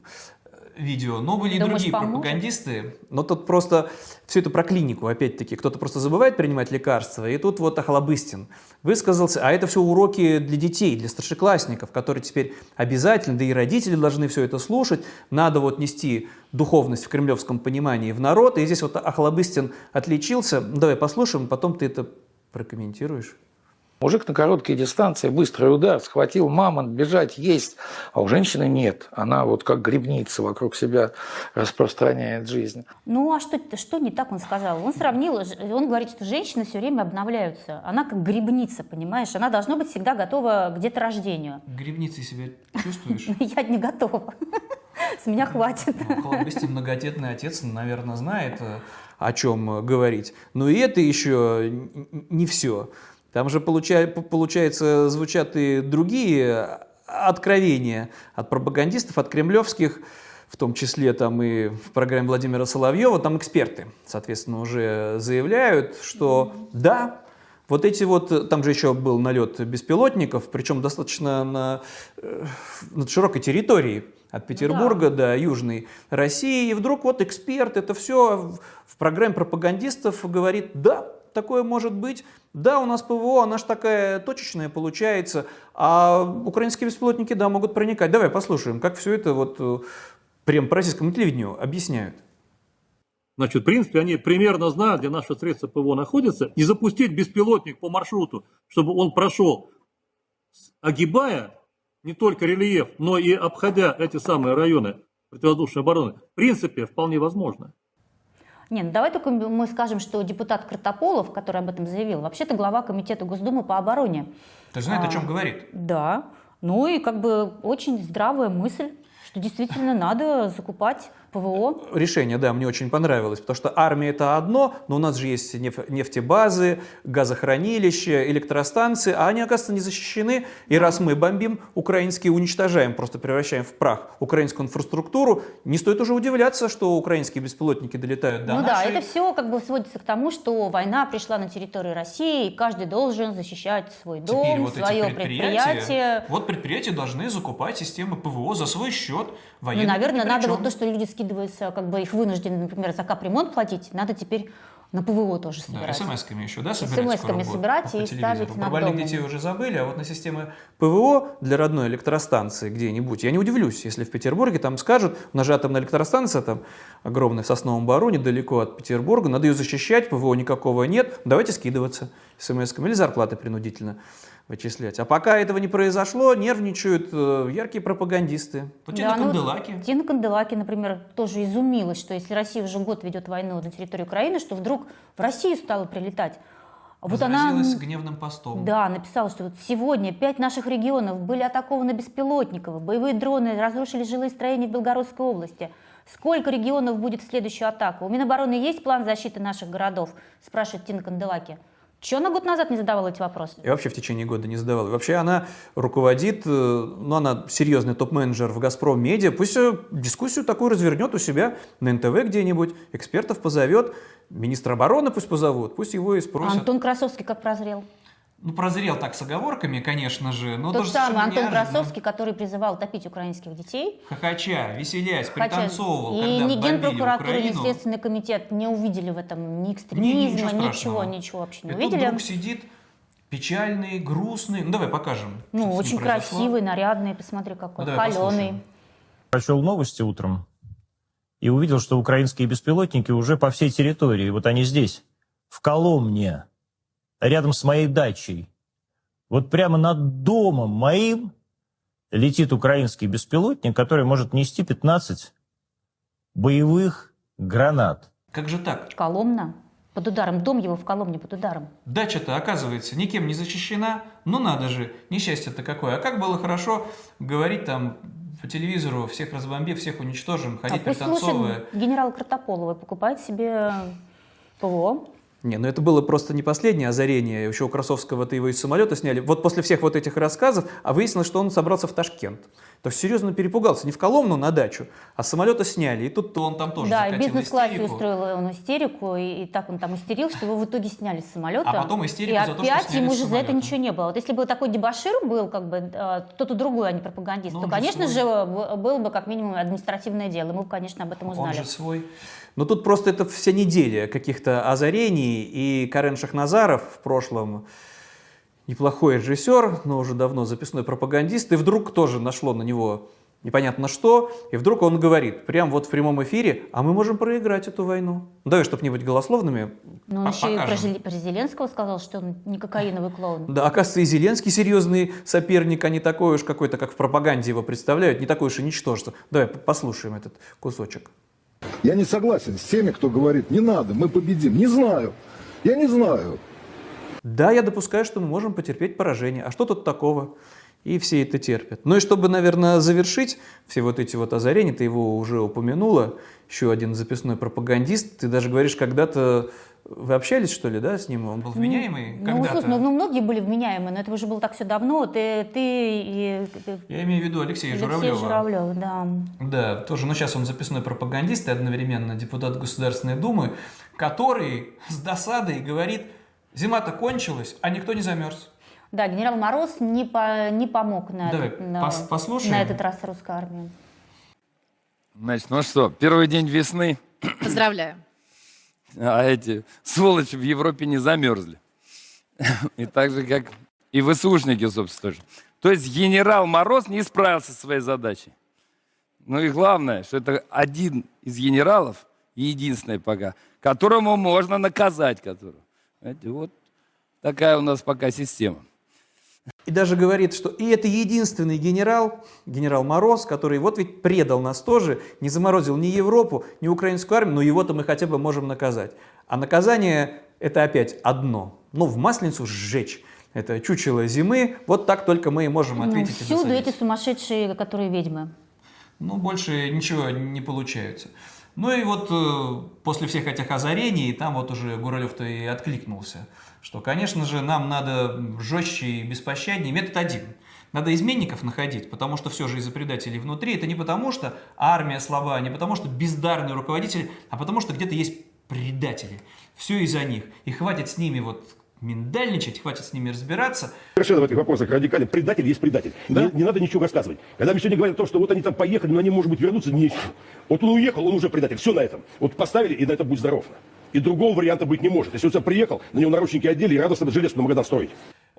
видео. Но были и Думаешь, другие поможет? пропагандисты. Но тут просто все это про клинику, опять-таки. Кто-то просто забывает принимать лекарства, и тут вот Охлобыстин высказался. А это все уроки для детей, для старшеклассников, которые теперь обязательно, да и родители должны все это слушать. Надо вот нести духовность в кремлевском понимании в народ. И здесь вот Охлобыстин отличился. Ну, давай послушаем, потом ты это прокомментируешь. Мужик на короткой дистанции, быстрый удар, схватил мамонт, бежать, есть. А у женщины нет. Она вот как грибница вокруг себя распространяет жизнь. Ну а что, что не так он сказал? Он сравнил, он говорит, что женщины все время обновляются. Она как грибница, понимаешь? Она должна быть всегда готова к деторождению. Грибницей себя чувствуешь? Я не готова. С меня хватит. Охлобыстин многодетный отец, наверное, знает, о чем говорить. Но и это еще не все. Там же получается, звучат и другие откровения от пропагандистов, от кремлевских, в том числе там и в программе Владимира Соловьева, там эксперты, соответственно, уже заявляют, что да, вот эти вот, там же еще был налет беспилотников, причем достаточно на, на широкой территории, от Петербурга да. до Южной России, и вдруг вот эксперт, это все в программе пропагандистов говорит, да, такое может быть. Да, у нас ПВО, она же такая точечная получается, а украинские беспилотники, да, могут проникать. Давай послушаем, как все это вот прям по российскому телевидению объясняют. Значит, в принципе, они примерно знают, где наши средства ПВО находятся, и запустить беспилотник по маршруту, чтобы он прошел, огибая не только рельеф, но и обходя эти самые районы противовоздушной обороны, в принципе, вполне возможно. Нет, ну давай только мы скажем, что депутат Картополов, который об этом заявил, вообще-то глава комитета Госдумы по обороне. То есть знает, а, о чем говорит. Да. Ну и как бы очень здравая мысль, что действительно надо закупать ПВО. Решение, да, мне очень понравилось, потому что армия это одно, но у нас же есть неф- нефтебазы, газохранилища, электростанции, а они, оказывается, не защищены. И раз мы бомбим украинские, уничтожаем, просто превращаем в прах украинскую инфраструктуру, не стоит уже удивляться, что украинские беспилотники долетают до ну нашей. да, это все как бы сводится к тому, что война пришла на территорию России, и каждый должен защищать свой дом, Теперь вот свое эти предприятие. Вот предприятия должны закупать системы ПВО за свой счет. Ну, наверное, надо вот то, что люди скидываются, как бы их вынуждены, например, за капремонт платить, надо теперь на ПВО тоже собирать. Да, смс-ками еще, да, собирать смс-ками собирать по и ставить Про над больных домом. детей уже забыли, а вот на системы ПВО для родной электростанции где-нибудь, я не удивлюсь, если в Петербурге там скажут, у нас же атомная электростанция там огромная в Сосновом Бору, недалеко от Петербурга, надо ее защищать, ПВО никакого нет, давайте скидываться смс-ками или зарплаты принудительно вычислять. А пока этого не произошло, нервничают э, яркие пропагандисты. Тина Да, ну, Канделаки. Тина Канделаки, например, тоже изумилась, что если Россия уже год ведет войну на территории Украины, что вдруг в Россию стало прилетать. Вот она гневным постом. Да, написала, что вот сегодня пять наших регионов были атакованы беспилотниками, боевые дроны разрушили жилые строения в Белгородской области. Сколько регионов будет в следующую атаку? У Минобороны есть план защиты наших городов? Спрашивает Тина Канделаки. Чего она год назад не задавала эти вопросы? И вообще в течение года не задавала. Вообще она руководит, ну она серьезный топ-менеджер в «Газпром Медиа». Пусть дискуссию такую развернет у себя на эн тэ вэ где-нибудь, экспертов позовет, министра обороны пусть позовут, пусть его и спросят. А Антон Красовский как прозрел? Ну, прозрел так с оговорками, конечно же. Но Тот самый Антон неожиданно. Красовский, который призывал топить украинских детей. Хохоча, веселясь, Хотя пританцовывал, и когда ни бомбили Генпрокуратура, ни Украину. Следственный комитет не увидели в этом ни Не, экстремизма, ничего ничего, страшного. ничего вообще не И увидели. тут вдруг сидит печальный, грустный. Ну, давай покажем. Ну, что с очень ним произошло. красивый, нарядный, посмотри какой, Ну, давай холеный. послушаем. Прочел новости утром и увидел, что украинские беспилотники уже по всей территории. Вот они здесь, в Коломне, рядом с моей дачей. Вот прямо над домом моим летит украинский беспилотник, который может нести пятнадцать боевых гранат. Как же так? Коломна под ударом, дом его в Коломне под ударом. Дача-то, оказывается, никем не защищена. Ну надо же, несчастье-то какое. А как было хорошо говорить там по телевизору, всех разбомбим, всех уничтожим, ходить а пусть пританцовывая. слушает генерала Картополова, покупает себе ПВО. Не, ну это было просто не последнее озарение. Еще у Красовского-то его из самолета сняли. Вот после всех вот этих рассказов, а выяснилось, что он собрался в Ташкент. То есть серьезно перепугался. Не в Коломну на дачу, а с самолета сняли. И тут он там тоже Да, и в закатил бизнес-классе истерику. устроил он истерику, и, и так он там истерил, что его в итоге сняли с самолета. А потом истерику и за то, что опять сняли ему с же за это самолета. ничего не было. Вот если бы такой дебошир был, как бы, э, кто-то другой, а не пропагандист, Ну, то, он же конечно свой. же, б- было бы как минимум административное дело. Мы бы, конечно, об этом Он узнали. же свой. Но тут просто это вся неделя каких-то озарений. И Карен Шахназаров в прошлом неплохой режиссер, но уже давно записной пропагандист. И вдруг тоже нашло на него непонятно что. И вдруг он говорит, прям вот в прямом эфире, а мы можем проиграть эту войну. Ну, давай, чтобы не быть голословными, Но он по- еще и про, покажем. Зел- про Зеленского сказал, что он не кокаиновый клоун. Да, оказывается, и Зеленский серьезный соперник, а не такой уж какой-то, как в пропаганде его представляют, не такой уж и ничтожество. Давай п- послушаем этот кусочек. Я не согласен с теми, кто говорит, не надо, мы победим. Не знаю. Я не знаю. Да, я допускаю, что мы можем потерпеть поражение. А что тут такого? И все это терпят. Ну и чтобы, наверное, завершить все вот эти вот озарения, ты его уже упомянула, еще один записной пропагандист. Ты даже говоришь, когда-то вы общались, что ли, да, с ним? Он был вменяемый Ну, когда-то? слушай, ну, ну, многие были вменяемые, но это уже было так все давно. Ты, ты и... Я имею в виду Алексея Алексей Журавлева. Журавлев, да. Да, тоже, но сейчас он записной пропагандист и одновременно депутат Государственной Думы, который с досадой говорит, зима-то кончилась, а никто не замерз. Да, генерал Мороз не, по, не помог на, Давай, этот, на, пос- послушаем. на этот раз русской армии. Значит, ну что, первый день весны. Поздравляю. а эти сволочи в Европе не замерзли. И так же, как и ВСУшники, собственно, тоже. То есть генерал Мороз не справился со своей задачей. Ну и главное, что это один из генералов, единственный пока, которому можно наказать. Которого. Знаете, вот такая у нас пока система. И даже говорит, что и это единственный генерал, генерал Мороз, который вот ведь предал нас тоже, не заморозил ни Европу, ни украинскую армию, но его-то мы хотя бы можем наказать. А наказание это опять одно. Ну, в Масленицу сжечь. Это чучело зимы. Вот так только мы и можем ответить. Ну, всюду эти сумасшедшие, которые ведьмы. Ну, больше ничего не получается. Ну и вот э, после всех этих озарений, там вот уже Гуралев-то и откликнулся, что, конечно же, нам надо жестче и беспощаднее. Метод один. Надо изменников находить, потому что все же из-за предателей внутри. Это не потому, что армия слаба, не потому, что бездарные руководители, а потому, что где-то есть предатели. Все из-за них. И хватит с ними вот миндальничать, хватит с ними разбираться. Совершенно в этих вопросах радикально. Предатель есть предатель. Да? Не, не надо ничего рассказывать. Когда мне сегодня говорят о том, что вот они там поехали, но они, может быть, вернутся, не ищут. Вот он уехал, он уже предатель. Все на этом. Вот поставили, и на это будет здоров. И другого варианта быть не может. Если он сюда приехал, на него наручники одели и радостно железку на Магадан строить.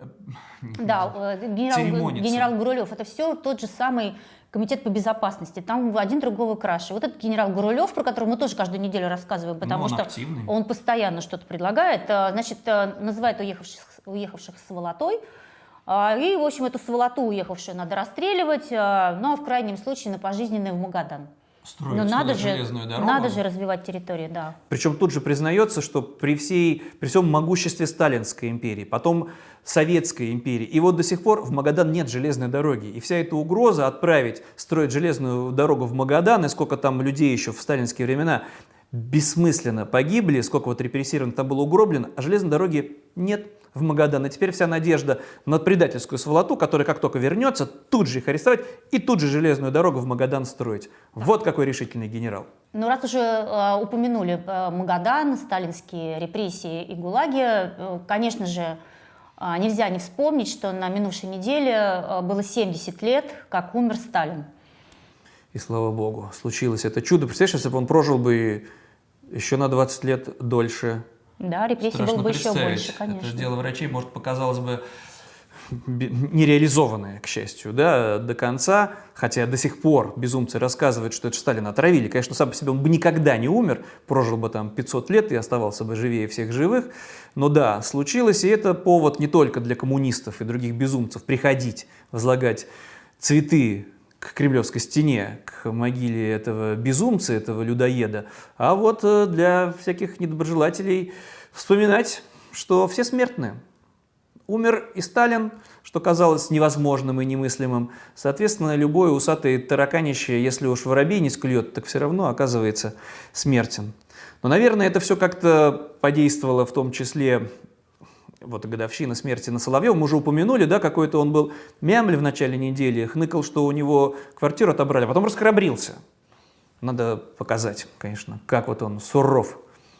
Да, генерал, генерал Гурулев, это все тот же самый комитет по безопасности. Там один другого краше. Вот этот генерал Гурулев, про которого мы тоже каждую неделю рассказываем, потому что активный. Он постоянно что-то предлагает, значит, называет уехавших, уехавших сволотой. И, в общем, эту сволоту уехавшую надо расстреливать, ну а в крайнем случае на пожизненное в Магадан. Строить Но надо же, железную дорогу. надо же развивать территорию, да. Причем тут же признается, что при, всей, при всем могуществе Сталинской империи, потом Советской империи, и вот до сих пор в Магадан нет железной дороги. И вся эта угроза отправить, строить железную дорогу в Магадан, и сколько там людей еще в сталинские времена бессмысленно погибли, сколько вот репрессированных там было угроблено, а железной дороги нет в Магадан. И теперь вся надежда на предательскую сволоту, которая как только вернется, тут же их арестовать и тут же железную дорогу в Магадан строить. Вот какой решительный генерал. Ну, раз уже э, упомянули э, Магадан, сталинские репрессии и ГУЛАГи, э, конечно же, э, нельзя не вспомнить, что на минувшей неделе э, было семьдесят лет, как умер Сталин. И слава богу, случилось это чудо. Представляешь, если бы он прожил бы еще на двадцать лет дольше. Да, репрессий было бы еще больше, конечно. Это дело врачей, может, показалось бы нереализованное, к счастью, да, до конца. Хотя до сих пор безумцы рассказывают, что это Сталина отравили. Конечно, сам по себе он бы никогда не умер, прожил бы там пятьсот лет и оставался бы живее всех живых. Но да, случилось, и это повод не только для коммунистов и других безумцев приходить, возлагать цветы к Кремлевской стене, к могиле этого безумца, этого людоеда, а вот для всяких недоброжелателей вспоминать, что все смертны. Умер и Сталин, что казалось невозможным и немыслимым. Соответственно, любой усатый тараканище, если уж воробей не склюет, так все равно оказывается смертен. Но, наверное, это все как-то подействовало в том числе. Вот годовщина смерти на Соловьева, мы уже упомянули, да, какой-то он был мямль в начале недели, хныкал, что у него квартиру отобрали, а потом расхрабрился. Надо показать, конечно, как вот он суров.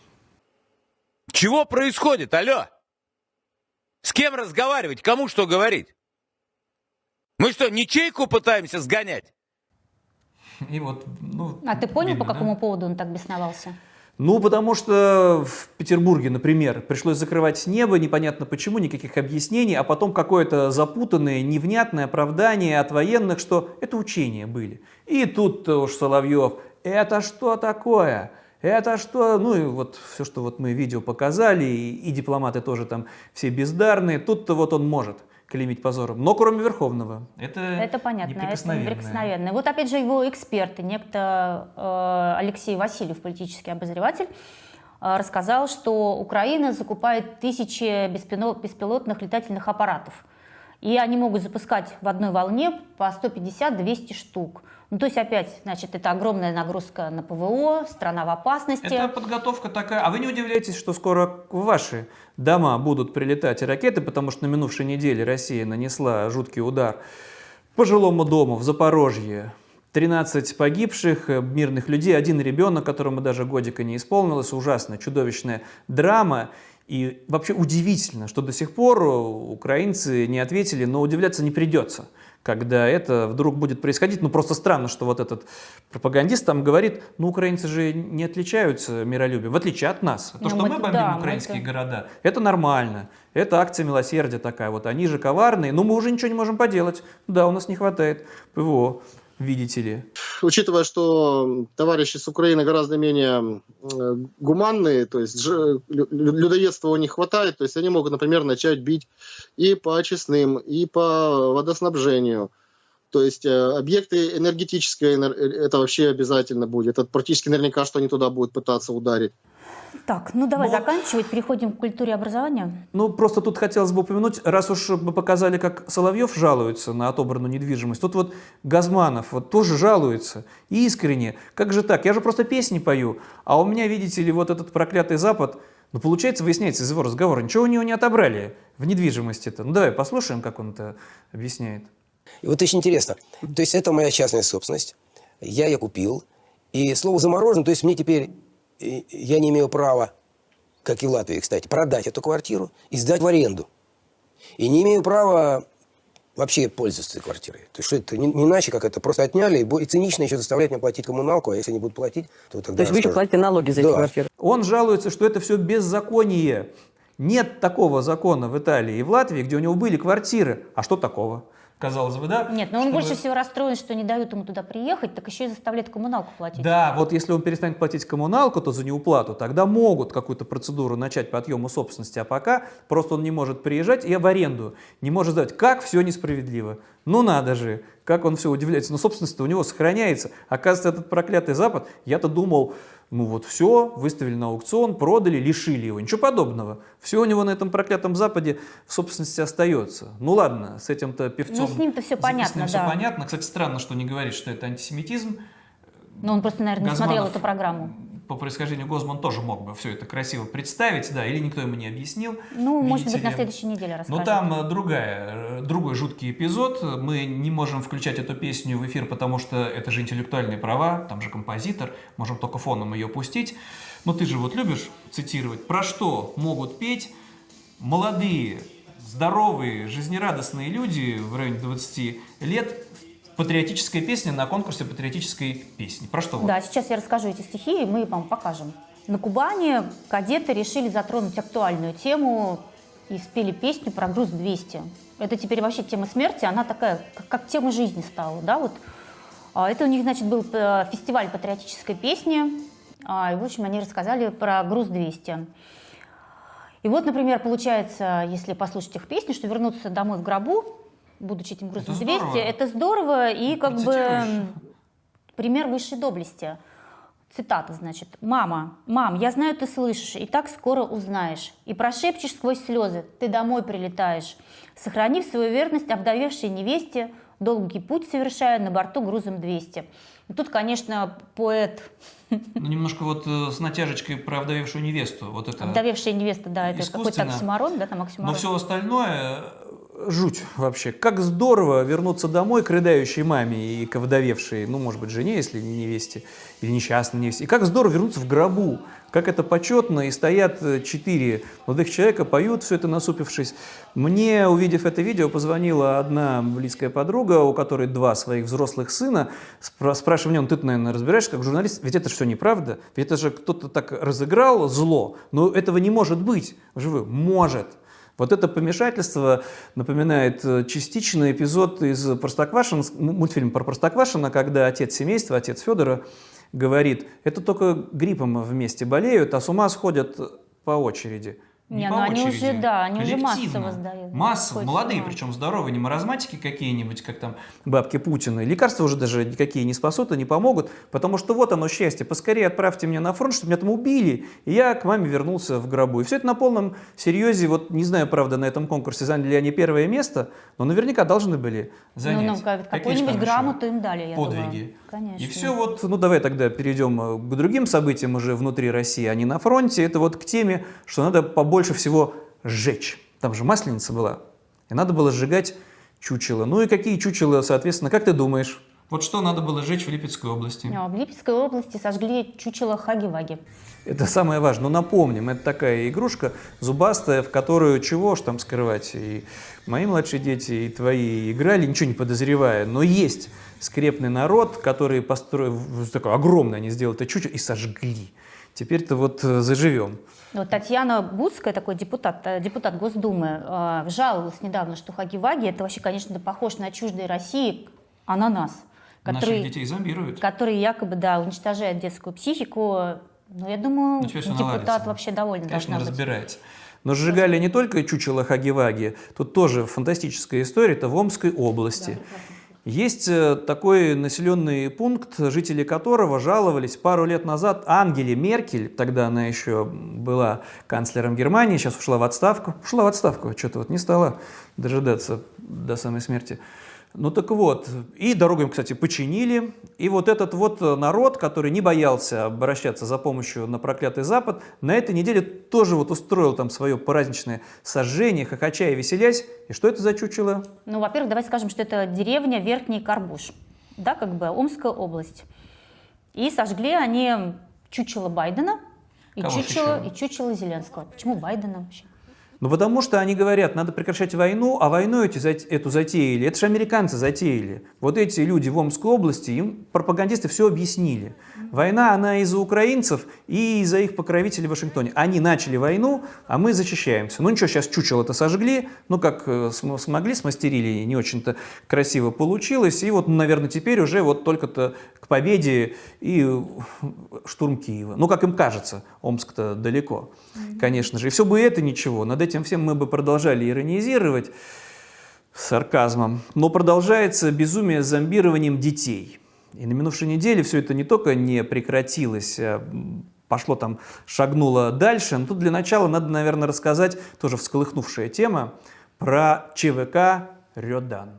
Чего происходит, алло? С кем разговаривать, кому что говорить? Мы что, ячейку пытаемся сгонять? И вот, ну, а ты понял, видно, по какому да? поводу он так бесновался? Ну, потому что в Петербурге, например, пришлось закрывать небо, непонятно почему, никаких объяснений, а потом какое-то запутанное, невнятное оправдание от военных, что это учения были. И тут-то уж Соловьев, это что такое? Это что? Ну и вот все, что вот мы видео показали, и, и дипломаты тоже там все бездарные, тут-то вот он может клеймить позором, но кроме Верховного. Это, это понятно, неприкосновенное. это неприкосновенное. Вот опять же его эксперты, некто э, Алексей Васильев, политический обозреватель, э, рассказал, что Украина закупает тысячи беспилотных летательных аппаратов. И они могут запускать в одной волне по сто пятьдесят - двести штук. Ну, то есть опять, значит, это огромная нагрузка на ПВО, страна в опасности. Это подготовка такая. А вы не удивляетесь, что скоро в ваши дома будут прилетать ракеты, потому что на минувшей неделе Россия нанесла жуткий удар по жилому дому в Запорожье. тринадцать погибших, мирных людей, один ребенок, которому даже годика не исполнилось. Ужасная, чудовищная драма. И вообще удивительно, что до сих пор украинцы не ответили, но удивляться не придется, когда это вдруг будет происходить. Ну, просто странно, что вот этот пропагандист там говорит, ну, украинцы же не отличаются миролюбием, в отличие от нас. То, Ну, что мы- мы бомбим да, мы украинские это- города, это нормально. Это акция милосердия такая. Вот они же коварные, но мы уже ничего не можем поделать. Да, у нас не хватает ПВО, видите ли. Учитывая, что товарищи с Украины гораздо менее э, гуманные, то есть ж- лю- людоедства у них хватает, то есть они могут, например, начать бить и по очистным, и по водоснабжению. То есть э, объекты энергетические, энер- это вообще обязательно будет. Это практически наверняка, что они туда будут пытаться ударить. Так, ну давай заканчивать, переходим к культуре образования. Ну, просто тут хотелось бы упомянуть, раз уж мы показали, как Соловьев жалуется на отобранную недвижимость, тут вот Газманов вот тоже жалуется, искренне. Как же так? Я же просто песни пою, а у меня, видите ли, вот этот проклятый Запад, ну, получается, выясняется из его разговора, ничего у него не отобрали в недвижимости-то. Ну, давай послушаем, как он это объясняет. И вот очень интересно. То есть это моя частная собственность, я ее купил, и слово «заморожен», то есть мне теперь... И я не имею права, как и в Латвии, кстати, продать эту квартиру и сдать в аренду. И не имею права вообще пользоваться этой квартирой. То есть что это не, не иначе, как это просто отняли, и, бо- и цинично еще заставлять меня платить коммуналку, а если не будут платить, то тогда... То есть вы еще расскажут. платите налоги за эти Да. квартиры? Он жалуется, что это все беззаконие. Нет такого закона в Италии и в Латвии, где у него были квартиры. А что такого? Казалось бы, да? Нет, но он Чтобы- больше всего расстроен, что не дают ему туда приехать, так еще и заставляют коммуналку платить. Да, вот если он перестанет платить коммуналку, то за неуплату, тогда могут какую-то процедуру начать по отъему собственности, а пока просто он не может приезжать и в аренду, не может сдать. Как все несправедливо. Ну надо же, как он все удивляется. Но собственность у него сохраняется. Оказывается, этот проклятый Запад, я-то думал, ну вот все, выставили на аукцион, продали, лишили его. Ничего подобного. Все у него на этом проклятом Западе в собственности остается. Ну ладно, с этим-то певцом... Ну, с ним-то всё понятно, все да. понятно. Кстати, странно, что не говорит, что это антисемитизм. Но он просто, наверное, не смотрел Газманов эту программу. По происхождению Гозман тоже мог бы все это красиво представить, да, или никто ему не объяснил. Ну, может видите быть, на ли. следующей неделе расскажет. Но там э, другая, э, другой жуткий эпизод. Мы не можем включать эту песню в эфир, потому что это же интеллектуальные права, там же композитор, можем только фоном ее пустить. Но ты же вот любишь цитировать. Про что могут петь молодые, здоровые, жизнерадостные люди в районе двадцати лет патриотическая песня на конкурсе патриотической песни? Про что? вот? Да, сейчас я расскажу эти стихи, и мы вам покажем. На Кубани кадеты решили затронуть актуальную тему и спели песню про груз двести. Это теперь вообще тема смерти, она такая, как, как тема жизни стала, да, вот. А, Это у них, значит, был э, фестиваль патриотической песни, а, и, в общем, они рассказали про груз двести. И вот, например, получается, если послушать их песню, что вернуться домой в гробу, будучи этим грузом Это двести, здорово. это здорово и как бы Процитируешь? м, пример высшей доблести. Цитата, значит. «Мама, мам, я знаю, ты слышишь, и так скоро узнаешь. И прошепчешь сквозь слезы, ты домой прилетаешь, сохранив свою верность овдовевшей невесте, долгий путь совершая на борту грузом двести». И тут, конечно, поэт, Ну, немножко вот э, с натяжечкой про овдовевшую невесту. Вот это овдовевшая невеста, да, это какой-то искусственно. оксиморон, да, там оксиморон. Но все остальное э, жуть вообще. Как здорово вернуться домой к рыдающей маме и к овдовевшей, ну, может быть, жене, если не невесте, или несчастной невесте. И как здорово вернуться в гробу. Как это почетно, и стоят э, четыре молодых человека, поют все это насупившись. Мне, увидев это видео, позвонила одна близкая подруга, у которой два своих взрослых сына. Спра- спрашиваю меня, ну ты, наверное, разбираешься как журналист, ведь это же все неправда, ведь это же кто-то так разыграл зло, но этого не может быть вживую. Может. Вот это помешательство напоминает э, частично эпизод из Простоквашино, м- мультфильм про Простоквашино, когда отец семейства, отец Федора, говорит, это только гриппом вместе болеют, а с ума сходят по очереди. Не, по ну они очереди, уже, да, они уже коллективно. массово сдают. Массово, Сходят с молодые, ума. причем здоровые, не маразматики какие-нибудь, как там бабки Путина. Лекарства уже даже никакие не спасут и не помогут, потому что вот оно счастье, поскорее отправьте меня на фронт, чтобы меня там убили, и я к маме вернулся в гробу. И все это на полном серьезе, вот не знаю, правда, на этом конкурсе заняли ли они первое место, но наверняка должны были занять. Ну, ну, как- Какие же какую-нибудь там еще грамоту им дали, я подвиги. думаю. Конечно. И все вот, ну давай тогда перейдем к другим событиям уже внутри России, а не на фронте. Это вот к теме, что надо побольше всего сжечь. Там же Масленица была, и надо было сжигать чучело. Ну и какие чучела, соответственно, как ты думаешь? Вот что надо было сжечь в Липецкой области. А, В Липецкой области сожгли чучело Хаги-Ваги. Это самое важное. Но напомним, это такая игрушка зубастая, в которую чего ж там скрывать. И мои младшие дети, и твои играли, ничего не подозревая. Но есть скрепный народ, который построил, такое огромное, они сделали это чучело и сожгли. Теперь-то вот заживем. Вот Татьяна Гудская, такой депутат, депутат Госдумы, э, жаловалась недавно, что Хаги-Ваги это вообще, конечно, похож на чуждой России ананас, который, Наших детей зомбируют. который якобы, да, уничтожает детскую психику. Ну, я думаю, Ну, теперь всё депутат наладится. вообще доволен Конечно, должна быть. разбирается. Но сжигали не только чучело Хаги-Ваги, тут тоже фантастическая история, это в Омской области. Есть э, такой населенный пункт, жители которого жаловались пару лет назад Ангеле Меркель, тогда она еще была канцлером Германии, сейчас ушла в отставку. Ушла в отставку, что-то вот не стала дожидаться до самой смерти. Ну так вот, и дорогу им, кстати, починили, и вот этот вот народ, который не боялся обращаться за помощью на проклятый Запад, на этой неделе тоже вот устроил там свое праздничное сожжение, хохоча и веселясь. И что это за чучело? Ну, во-первых, давайте скажем, что это деревня Верхний Карбуш, да, как бы Омская область. И сожгли они чучело Байдена и Кого ж чучело, еще? и чучело Зеленского. Почему Байдена вообще? Ну, потому что они говорят, надо прекращать войну, а войну эти, зат- эту затеяли. Это же американцы затеяли. Вот эти люди в Омской области, им пропагандисты все объяснили. Война, она из-за украинцев и из-за их покровителей в Вашингтоне. Они начали войну, а мы защищаемся. Ну ничего, сейчас чучело-то сожгли, ну как э, см- смогли, смастерили, не очень-то красиво получилось. И вот, наверное, теперь уже вот только-то к победе и э, штурм Киева. Ну, как им кажется, Омск-то далеко, конечно же. И все бы это ничего, над этим всем мы бы продолжали иронизировать с сарказмом. Но продолжается безумие с зомбированием детей. И на минувшей неделе все это не только не прекратилось, а пошло там, шагнуло дальше. Но тут для начала надо, наверное, рассказать, тоже всколыхнувшая тема, про ЧВК «Рёдан».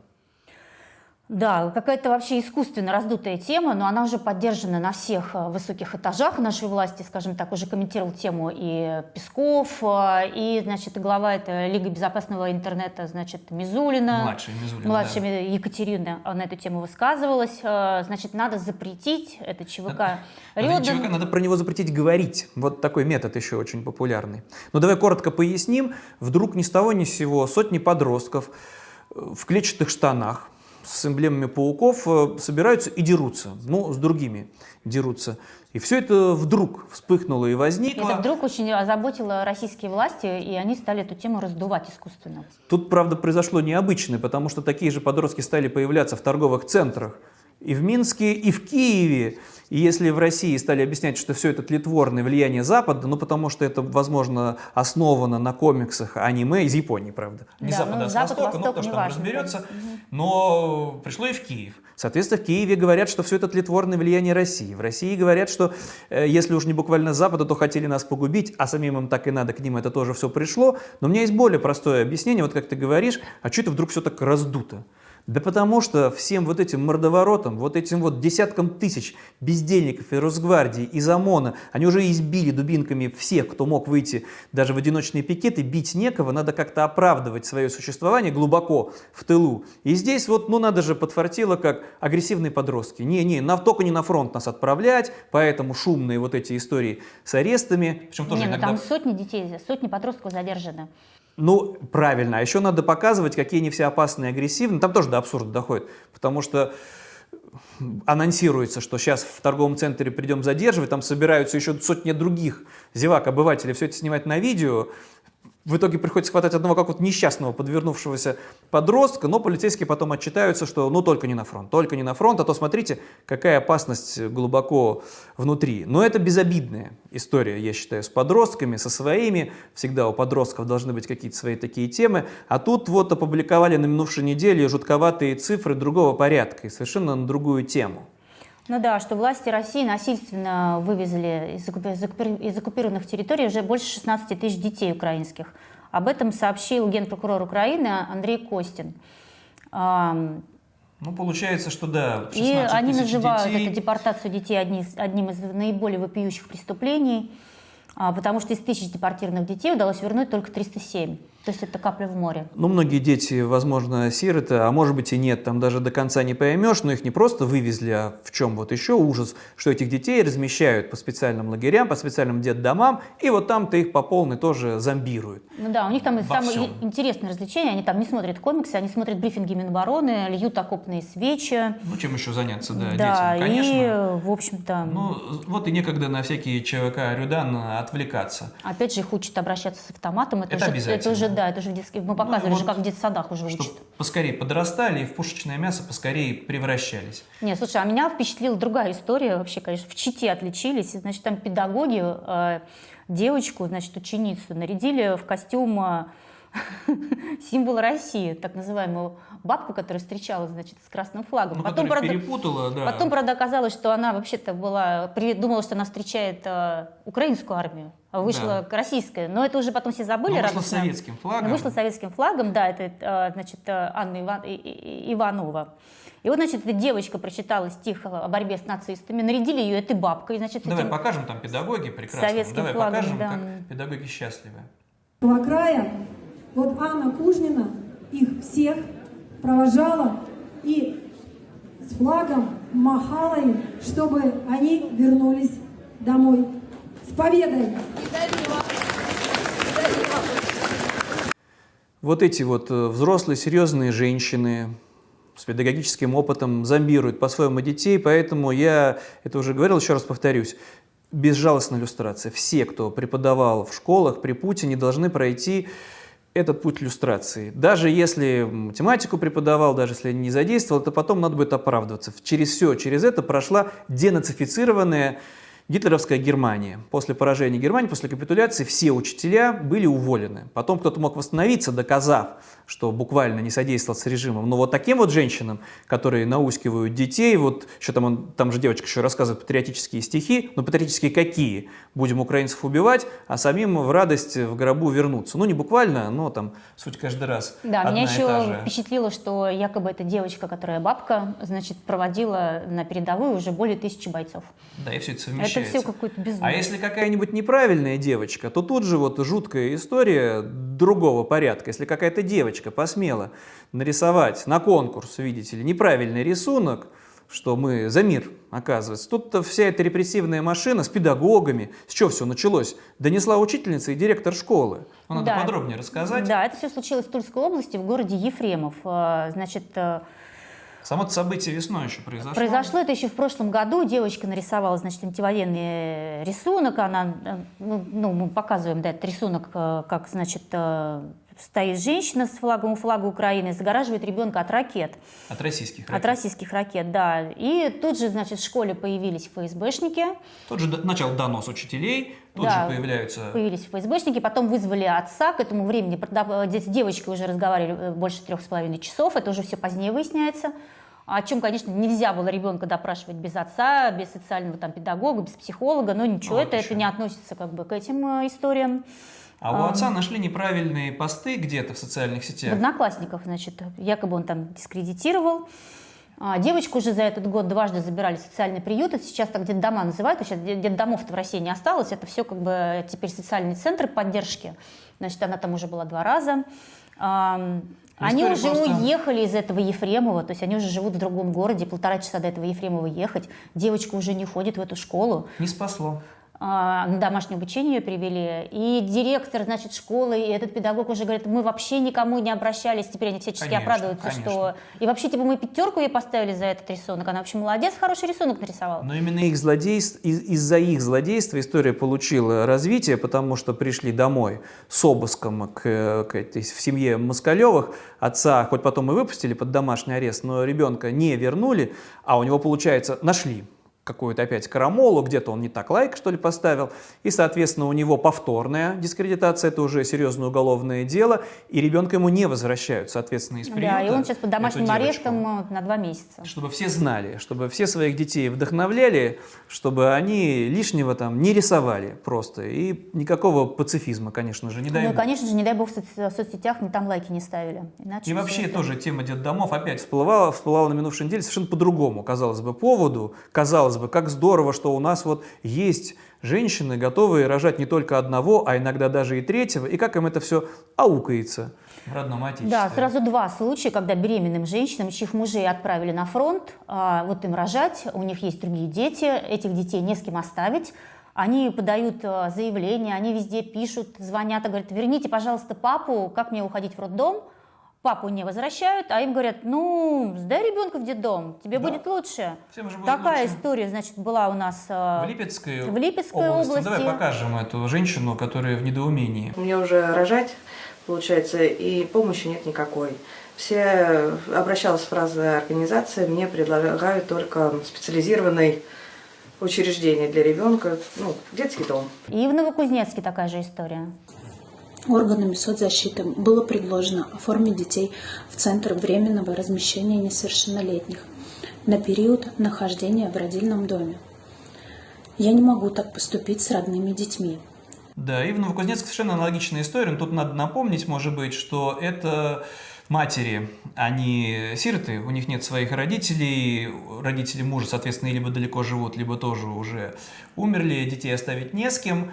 Да, какая-то вообще искусственно раздутая тема, но она уже поддержана на всех э, высоких этажах нашей власти, скажем так, уже комментировал тему и Песков, э, и, значит, глава это Лиги безопасного интернета, значит, Мизулина. Младшая Мизулина, Младшая да. Екатерина на эту тему высказывалась. Э, значит, надо запретить это ЧВК Надо, «Рёдан». ЧВК, надо про него запретить говорить. Вот такой метод еще очень популярный. Но давай коротко поясним. Вдруг ни с того ни с сего сотни подростков в клетчатых штанах с эмблемами пауков собираются и дерутся. Ну, с другими дерутся. И все это вдруг вспыхнуло и возникло. Это вдруг очень озаботило российские власти, и они стали эту тему раздувать искусственно. Тут, правда, произошло необычное, потому что такие же подростки стали появляться в торговых центрах. И в Минске, и в Киеве. И если в России стали объяснять, что все это тлетворное влияние Запада, ну потому что это, возможно, основано на комиксах, аниме из Японии, правда. Не Да, Запада, ну, а с Запад, Востока, Восток, ну потому что там неважно, разберется. да. Мгм. Но пришло и в Киев. Соответственно, в Киеве говорят, что все это тлетворное влияние России. В России говорят, что э, если уж не буквально с Запада, то хотели нас погубить, а самим им так и надо, к ним это тоже все пришло. Но у меня есть более простое объяснение, вот как ты говоришь, а что это вдруг все так раздуто? Да потому что всем вот этим мордоворотам, вот этим вот десяткам тысяч бездельников и Росгвардии, из ОМОНа, они уже избили дубинками всех, кто мог выйти даже в одиночные пикеты, бить некого, надо как-то оправдывать свое существование глубоко в тылу. И здесь вот, ну надо же, подфартило, как агрессивные подростки. Не-не, на, только не на фронт нас отправлять, поэтому шумные вот эти истории с арестами. Причем тоже Не, ну иногда... там сотни детей, сотни подростков задержаны. Ну, правильно. А еще надо показывать, какие они все опасные и агрессивные. Там тоже до абсурда доходит. Потому что анонсируется, что сейчас в торговом центре придем задерживать, там собираются еще сотни других зевак, обывателей, все это снимать на видео. В итоге приходится хватать одного какого-то несчастного подвернувшегося подростка, но полицейские потом отчитаются, что ну только не на фронт, только не на фронт, а то смотрите, какая опасность глубоко внутри. Но это безобидная история, я считаю, с подростками, со своими. Всегда у подростков должны быть какие-то свои такие темы. А тут вот опубликовали на минувшей неделе жутковатые цифры другого порядка и совершенно на другую тему. Ну да, что власти России насильственно вывезли из, оккупи- из оккупи- из оккупированных территорий уже больше шестнадцати тысяч детей украинских. Об этом сообщил генпрокурор Украины Андрей Костин. Ну, получается, что да, И они тысяч называют детей. эту депортацию детей одни- одним из наиболее вопиющих преступлений, а, потому что из тысяч депортированных детей удалось вернуть только триста семь. То есть это капля в море. Ну, многие дети, возможно, сироты, а может быть и нет, там даже до конца не поймешь, но их не просто вывезли, а в чем вот еще ужас, что этих детей размещают по специальным лагерям, по специальным детдомам, и вот там-то их по полной тоже зомбируют. Ну да, у них там самое всем. интересное развлечение, они там не смотрят комиксы, они смотрят брифинги Минобороны, льют окопные свечи. Ну, чем еще заняться, да, Да, детям, конечно. и, в общем-то... Ну, вот и некогда на всякие ЧВК Рюдан отвлекаться. Опять же, их учат обращаться с автоматом, это, Это уже, обязательно. это уже, да, это уже в детских, мы показывали Ну, же, вот, как в детсадах уже учат. Поскорее подрастали и в пушечное мясо поскорее превращались. Нет, слушай, а меня впечатлила другая история вообще, конечно, в Чите отличились, значит, там педагоги э, девочку, значит, ученицу нарядили в костюм э, символа России, так называемую бабку, которая встречалась, значит, с красным флагом. Ну, потом, правда, правда, перепутала, да. потом, правда, оказалось, что она вообще-то была, думала, что она встречает э, украинскую армию, а вышла Да. российская. Но это уже потом все забыли. Но вышла радостно. с советским флагом. Но вышла с советским флагом, да, это, э, значит, э, Анна Иван... И- И- Иванова. И вот, значит, эта девочка прочитала стих о борьбе с нацистами, нарядили ее этой бабкой, значит, Давай этим покажем там педагоги прекрасно. советским Давай флагом, покажем, да. как педагоги счастливы. края, вот Анна Кужнина их всех провожала и с флагом махала им, чтобы они вернулись домой. С победой! Вот эти вот э, взрослые, серьезные женщины с педагогическим опытом зомбируют по-своему детей, поэтому я это уже говорил, еще раз повторюсь. Безжалостная люстрация. Все, кто преподавал в школах при Путине, должны пройти этот путь люстрации. Даже если математику преподавал, даже если не задействовал, то потом надо будет оправдываться. Через все, через это прошла денацифицированная гитлеровская Германия. После поражения Германии, после капитуляции все учителя были уволены. Потом кто-то мог восстановиться, доказав, что буквально не содействовал с режимом. Но вот таким вот женщинам, которые наускивают детей, вот еще там, он, там же девочка еще рассказывает патриотические стихи, но патриотические какие? Будем украинцев убивать, а самим в радость в гробу вернуться. Ну не буквально, но там суть каждый раз Да, одна меня и та еще же. впечатлило, что якобы эта девочка, которая бабка, значит, проводила на передовую уже более тысячи бойцов. Да, и все это совмещается. Это все какое-то безумие. А если какая-нибудь неправильная девочка, то тут же вот жуткая история другого порядка. Если какая-то девочка посмела нарисовать на конкурс, видите ли, неправильный рисунок, что мы за мир, оказывается. Тут-то вся эта репрессивная машина с педагогами, с чего все началось, донесла учительница и директор школы. Ну, надо Да. подробнее рассказать. Да, это все случилось в Тульской области, в городе Ефремов. А, Значит, э, Само это событие весной еще произошло. произошло это еще в прошлом году. Девочка нарисовала, значит, антивоенный рисунок. Она, э, ну, ну, мы показываем, да, этот рисунок, э, как, значит, э, стоит женщина с флагом у флага Украины, загораживает ребенка от ракет. От российских ракет. От российских ракет, да. И тут же, значит, в школе появились ФСБшники. Тут же начал донос учителей, тут Да, же появляются... Появились ФСБшники, потом вызвали отца. К этому времени прода- с девочкой уже разговаривали больше трех с половиной часов. Это уже все позднее выясняется. О чем, конечно, нельзя было ребенка допрашивать без отца, без социального там, педагога, без психолога. Но ничего, Вот это, еще. это не относится как бы к этим э, историям. А у А, отца нашли неправильные посты где-то в социальных В сетях. Одноклассников, значит, якобы он там дискредитировал. А, девочку уже за этот год дважды забирали в социальный приют. Это сейчас так детдома называют. Сейчас дет- детдомов-то в России не осталось. Это все как бы теперь социальные центры поддержки. Значит, она там уже была два раза. А, Они История уже просто- уехали из этого Ефремова, то есть они уже живут в другом городе, полтора часа до этого Ефремова ехать. Девочка уже не ходит в эту школу. Не спасло. А, на домашнее обучение ее привели. И директор, значит, школы, и этот педагог уже говорит, мы вообще никому не обращались. Теперь они всячески Конечно, оправдываются, конечно. что... И вообще, типа, мы пятерку ей поставили за этот рисунок. Она вообще молодец, хороший рисунок нарисовала. Но именно их злодейств, из- из-за их злодейства история получила развитие, потому что пришли домой с обыском к, к этой- в семье Москалевых. Отца хоть потом и выпустили под домашний арест, но ребенка не вернули, а у него, получается, нашли какую-то опять карамолу, где-то он не так лайк, что ли, поставил, и, соответственно, у него повторная дискредитация, это уже серьезное уголовное дело, и ребенка ему не возвращают, соответственно, из приюта. Да, и он сейчас под домашним эту девочку. арестом э, на два месяца. Чтобы все знали, чтобы все своих детей вдохновляли, чтобы они лишнего там не рисовали просто. И никакого пацифизма, конечно же, не дай Ну и, бог. конечно же, не дай бог, в соц- в соцсетях не там лайки не ставили. Иначе И всё вообще это- тоже тема детдомов опять всплывала, всплывала на минувшей неделе совершенно по другому, казалось бы, поводу. Казалось казалось бы, как здорово, что у нас вот есть женщины, готовые рожать не только одного, а иногда даже и третьего, и как им это все аукается в родном отечестве. Да, сразу два случая, когда беременным женщинам, чьих мужей отправили на фронт, а, вот им рожать, у них есть другие дети, этих детей не с кем оставить, они подают а, заявления, они везде пишут, звонят и говорят: верните, пожалуйста, папу, как мне уходить в роддом? Папу не возвращают, а им говорят: ну, сдай ребенка в детдом, тебе да. будет лучше. Всем же будет Такая лучше. История, значит, была у нас э, в Липецкой, в Липецкой области. области. Давай покажем эту женщину, которая в недоумении. Мне уже рожать, получается, и помощи нет никакой. Все, обращалась в разные организации, мне предлагают только специализированный учреждение для ребенка, ну, детский дом. И в Новокузнецке такая же история. Органами соцзащиты было предложено оформить детей в Центр временного размещения несовершеннолетних на период нахождения в родильном доме. Я не могу так поступить с родными детьми. Да, и в Новокузнецке совершенно аналогичная история. Но тут надо напомнить, может быть, что это матери, они сироты, у них нет своих родителей, родители мужа, соответственно, либо далеко живут, либо тоже уже умерли, детей оставить не с кем.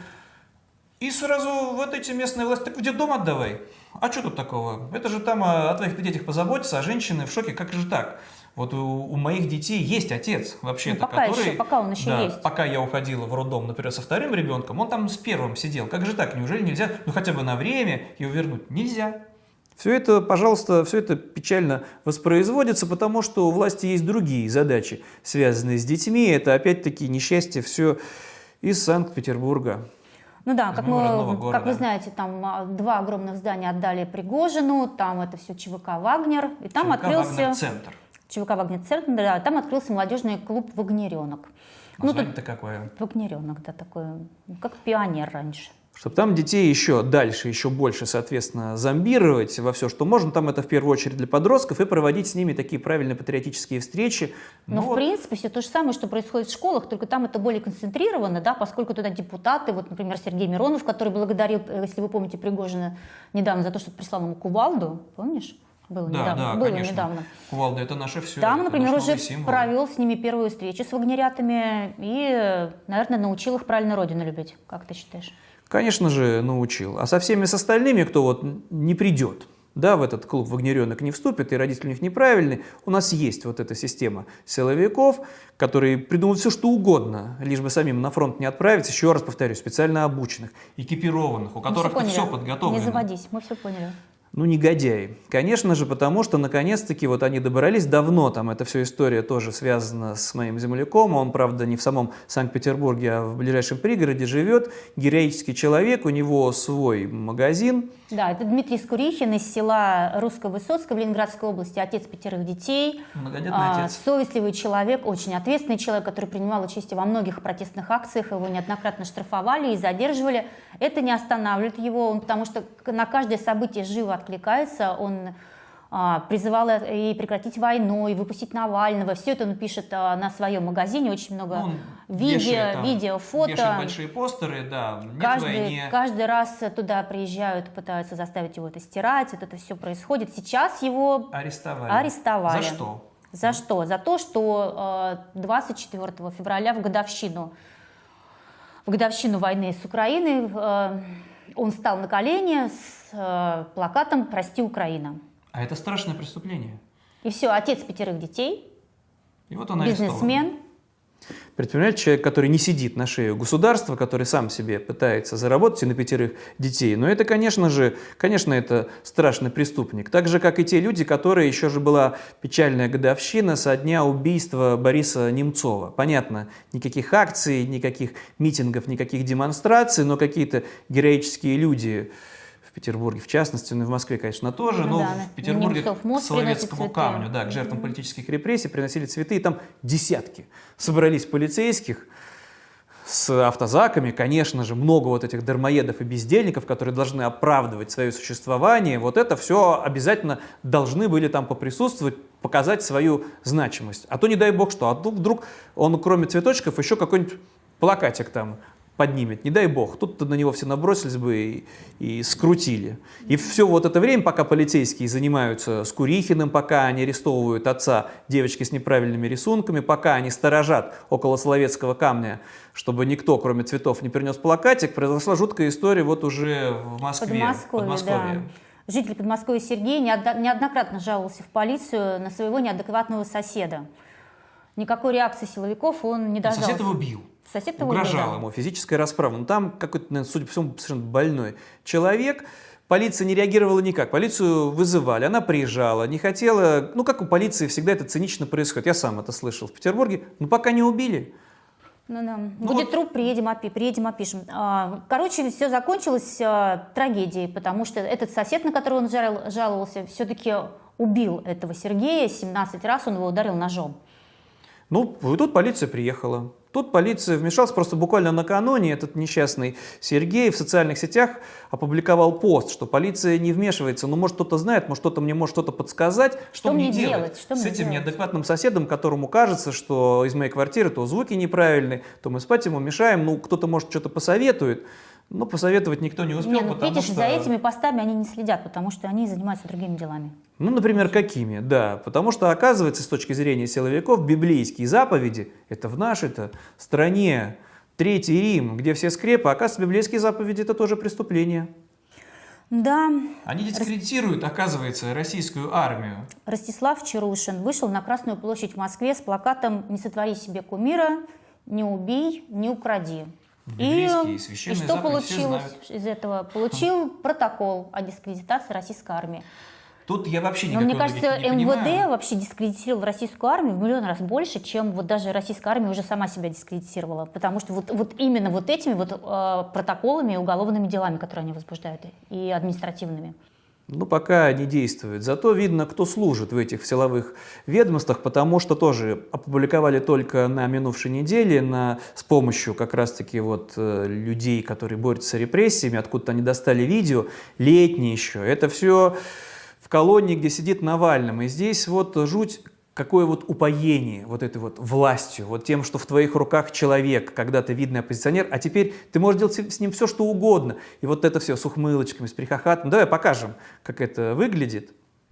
И сразу вот эти местные власти: так в детдом отдавай. А что тут такого? Это же там о твоих детях позаботиться, а женщины в шоке. Как же так? Вот у, у моих детей есть отец, вообще-то, ну, пока который... Еще, пока он еще да, есть. Пока я уходила в роддом, например, со вторым ребенком, он там с первым сидел. Как же так? Неужели нельзя, ну хотя бы на время его вернуть? Нельзя. Все это, пожалуйста, все это печально воспроизводится, потому что у власти есть другие задачи, связанные с детьми. Это опять-таки несчастье все из Санкт-Петербурга. Ну да, как, мы, как вы знаете, там два огромных здания отдали Пригожину, там это все ЧВК «Вагнер», и там ЧВК открылся... «Вагнер-центр». ЧВК «Вагнер-центр», да, там открылся молодежный клуб «Вагнеренок». Название-то ну, какое? «Вагнеренок», да, такой, как пионер раньше. Чтобы там детей еще дальше, еще больше, соответственно, зомбировать во все, что можно. Там это в первую очередь для подростков, и проводить с ними такие правильные патриотические встречи. Но, Но в вот... принципе, все то же самое, что происходит в школах, только там это более концентрировано, да, поскольку туда депутаты, вот, например, Сергей Миронов, который благодарил, если вы помните, Пригожина недавно за то, что прислал ему кувалду, помнишь? Было да, недавно. Да, Было конечно. недавно. Кувалда — это наше все. Там, например, уже провел с ними первую встречу с вагнерятами и, наверное, научил их правильно родину любить. Как ты считаешь? Конечно же, научил. А со всеми с остальными, кто вот не придет, да, в этот клуб «Вагнеренок» не вступит, и родители у них неправильные, у нас есть вот эта система силовиков, которые придумают все, что угодно, лишь бы самим на фронт не отправиться, еще раз повторюсь, специально обученных, экипированных, у которых все, все подготовлено. Не заводись, мы все поняли. Ну, негодяи. Конечно же, потому что, наконец-таки, вот они добрались давно, там эта вся история тоже связана с моим земляком, он, правда, не в самом Санкт-Петербурге, а в ближайшем пригороде живет, героический человек, у него свой магазин. Да, это Дмитрий Скурихин из села Русско-Высоцкое в Ленинградской области, отец пятерых детей. Многодетный отец. Совестливый человек, очень ответственный человек, который принимал участие во многих протестных акциях, его неоднократно штрафовали и задерживали. Это не останавливает его, он, потому что на каждое событие живо откликается, он а, призывал и прекратить войну, и выпустить Навального. Все это он пишет а, на своем магазине, очень много он видео, вешает, там, видео, фото. Вешает большие постеры, да, нет каждый, войне. Каждый раз туда приезжают, пытаются заставить его это стирать, вот это все происходит. Сейчас его арестовали. арестовали. За что? За mm. что? За то, что двадцать четвёртого февраля в годовщину, в годовщину войны с Украиной он встал на колени с плакатом «Прости, Украина». А это страшное преступление. И все, отец пятерых детей, и вот он бизнесмен. Предприниматель, человек, который не сидит на шее государства, который сам себе пытается заработать и на пятерых детей. Но это, конечно же, конечно, это страшный преступник. Так же, как и те люди, которые, еще же была печальная годовщина со дня убийства Бориса Немцова. Понятно, никаких акций, никаких митингов, никаких демонстраций, но какие-то героические люди в Петербурге, в частности, ну и в Москве, конечно, тоже, ну, но да, в Петербурге к Соловецкому камню, да, к mm-hmm. жертвам политических репрессий приносили цветы, и там десятки собрались полицейских с автозаками, конечно же, много вот этих дармоедов и бездельников, которые должны оправдывать свое существование, вот это все обязательно должны были там поприсутствовать, показать свою значимость. А то не дай бог что, а вдруг он, кроме цветочков, еще какой-нибудь плакатик там поднимет, не дай бог, тут-то на него все набросились бы и, и скрутили. И все вот это время, пока полицейские занимаются с Курихиным, пока они арестовывают отца девочки с неправильными рисунками, пока они сторожат около Соловецкого камня, чтобы никто, кроме цветов, не принес плакатик, произошла жуткая история вот уже в Москве. Подмосковье, Подмосковье. Да. Житель Подмосковья Сергей неоднократно жаловался в полицию на своего неадекватного соседа. Никакой реакции силовиков он не дождался. Сосед его бил. Сосед его Угрожал бил, ему, физическая расправа. Но там какой-то, судя по всему, совершенно больной человек. Полиция не реагировала никак. Полицию вызывали, она приезжала, не хотела... Ну, как у полиции всегда это цинично происходит. Я сам это слышал в Петербурге. Но пока не убили. Ну, да. Ну, Будет вот... труп, приедем, опи, приедем, опишем. Короче, все закончилось трагедией, потому что этот сосед, на которого он жаловался, все-таки убил этого Сергея. семнадцать раз он его ударил ножом. Ну, тут полиция приехала. Тут полиция вмешалась, просто буквально накануне этот несчастный Сергей в социальных сетях опубликовал пост, что полиция не вмешивается. Ну, может, кто-то знает, может, кто-то мне может что-то подсказать. Что, что мне делать? делать? Что с мне этим делать? неадекватным соседом, которому кажется, что из моей квартиры то звуки неправильные, то мы спать ему мешаем. Ну, кто-то, может, что-то посоветует. Но посоветовать никто не успел, не, ну, потому видишь, что... за этими постами они не следят, потому что они занимаются другими делами. Ну, например, какими? Да, потому что, оказывается, с точки зрения силовиков, библейские заповеди – это в нашей-то стране Третий Рим, где все скрепы, оказывается, библейские заповеди – это тоже преступление. Да. Они дискредитируют, оказывается, российскую армию. Ростислав Чарушин вышел на Красную площадь в Москве с плакатом «Не сотвори себе кумира, не убей, не укради». И, и что получилось из этого? Получил протокол о дискредитации российской армии. Тут я вообще никакой логики не понимаю. Но мне кажется, не эм вэ дэ понимаю. вообще дискредитировал российскую армию в миллион раз больше, чем вот даже российская армия уже сама себя дискредитировала. Потому что вот, вот именно вот этими вот э, протоколами и уголовными делами, которые они возбуждают, и административными. Ну, пока не действует. Зато видно, кто служит в этих силовых ведомствах, потому что тоже опубликовали только на минувшей неделе на, с помощью как раз-таки вот э, людей, которые борются с репрессиями, откуда-то они достали видео, летние еще. Это все в колонии, где сидит Навальный. И здесь вот жуть, какое вот упоение вот этой вот властью, вот тем, что в твоих руках человек, когда-то видный оппозиционер, а теперь ты можешь делать с ним все, что угодно. И вот это все с ухмылочками, с прихохатом. Давай покажем, как это выглядит.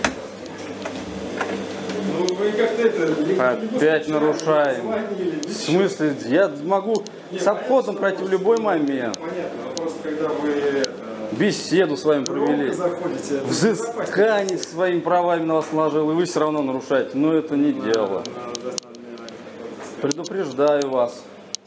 Ну, вы как-то это... Опять нарушаем. В смысле, я могу с обходом пройти в любой момент. Понятно, но просто когда вы... Беседу с вами провели, взыскание своими правами на вас наложил, и вы все равно нарушаете. Но это не дело. Предупреждаю вас,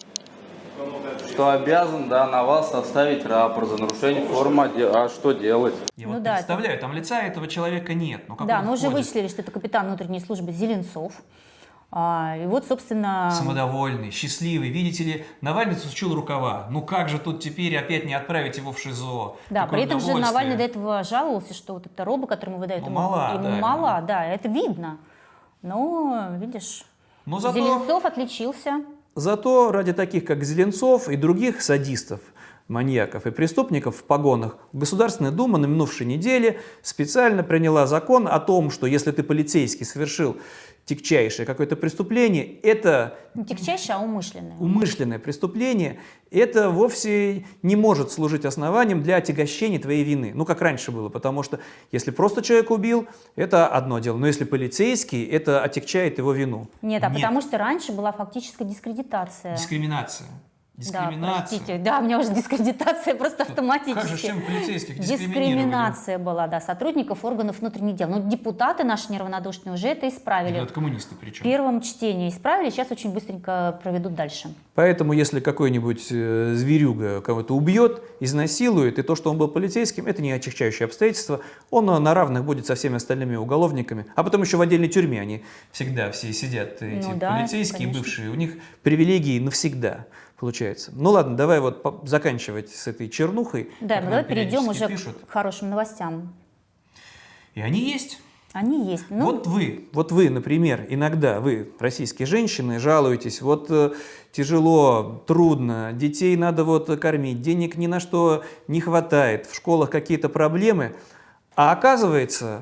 что обязан, да, на вас составить рапорт за нарушение формы. А что делать? Я ну вот да, представляю, это... там лица этого человека нет. Но да, но уже вычислили, что это капитан внутренней службы Зеленцов. А, и вот, собственно... Самодовольный, счастливый. Видите ли, Навальный засучил рукава. Ну как же тут теперь опять не отправить его в ШИЗО? Да, Какое при этом же Навальный до этого жаловался, что вот эта роба, которую ему выдают, ну, ему, мала, ему да, мала, да, это видно. Но, видишь, Но зато... Зеленцов отличился. Зато ради таких, как Зеленцов и других садистов, маньяков и преступников в погонах, Государственная Дума на минувшей неделе специально приняла закон о том, что если ты полицейский совершил тягчайшее какое-то преступление, это... Не тягчайшее, а умышленное. Умышленное преступление, это вовсе не может служить основанием для отягощения твоей вины. Ну, как раньше было, потому что если просто человек убил, это одно дело, но если полицейский, это отягчает его вину. Нет, а Нет. потому что раньше была фактическая дискредитация. Дискриминация. Дискриминация. Да, простите. Да, у меня уже дискредитация просто автоматически. Как же, чем полицейских дискриминировали? Дискриминация была, да, сотрудников органов внутренних дел. Но депутаты наши неравнодушные уже это исправили. Это коммунисты причем. В первом чтении исправили, сейчас очень быстренько проведут дальше. Поэтому, если какой-нибудь э, зверюга кого-то убьет, изнасилует, и то, что он был полицейским, это не отягчающее обстоятельство, он на равных будет со всеми остальными уголовниками. А потом еще в отдельной тюрьме они всегда все сидят, эти ну, да, полицейские бывшие, у них привилегии навсегда. Получается. Ну ладно, давай вот заканчивать с этой чернухой. Да, ну давай перейдем уже пишут. к хорошим новостям. И они есть. Они есть. Ну... Вот вы, вот вы, например, иногда, вы, российские женщины, жалуетесь, вот э, тяжело, трудно, детей надо вот кормить, денег ни на что не хватает, в школах какие-то проблемы, а оказывается,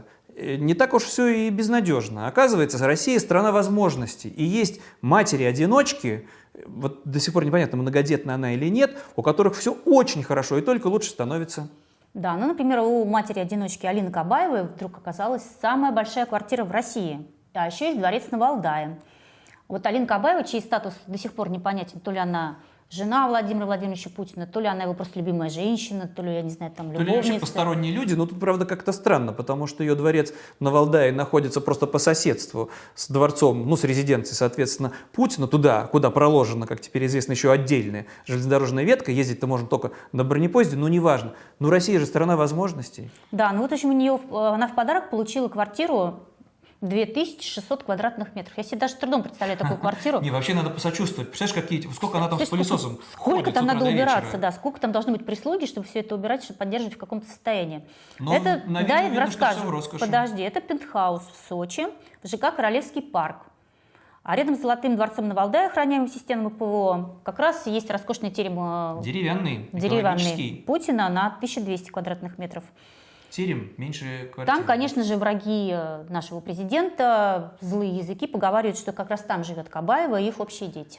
не так уж все и безнадежно. Оказывается, Россия страна возможностей. И есть матери-одиночки, вот до сих пор непонятно, многодетная она или нет, у которых все очень хорошо и только лучше становится. Да, ну, например, у матери-одиночки Алины Кабаевой вдруг оказалась самая большая квартира в России. А еще есть дворец на Валдае. Вот Алина Кабаева, чей статус до сих пор непонятен, то ли она жена Владимира Владимировича Путина, то ли она его просто любимая женщина, то ли, я не знаю, там, любовница. То ли вообще посторонние люди, но тут, правда, как-то странно, потому что ее дворец на Валдае находится просто по соседству с дворцом, ну, с резиденцией, соответственно, Путина, туда, куда проложена, как теперь известно, еще отдельная железнодорожная ветка, ездить-то можно только на бронепоезде, но неважно. Но Россия же страна возможностей. Да, ну вот, в общем, у нее, она в подарок получила квартиру две тысячи шестьсот квадратных метров. Я себе даже с трудом представляю такую квартиру. Не, вообще надо посочувствовать. Представляешь, какие, сколько она там с пылесосом ходит. Сколько там надо убираться, да, сколько там должно быть прислуги, чтобы все это убирать, чтобы поддерживать в каком-то состоянии. Но это, на да, видео я видно, что расскажу. всё в роскоши. Подожди, это пентхаус в Сочи, в ЖК «Королевский парк». А рядом с Золотым дворцом на Валдае, охраняемым системой ПВО, как раз есть роскошный терем Деревянный, деревянный Путина на тысячу двести квадратных метров. Терем меньше квартиры. Там, конечно же, враги нашего президента, злые языки, поговаривают, что как раз там живет Кабаева и их общие дети.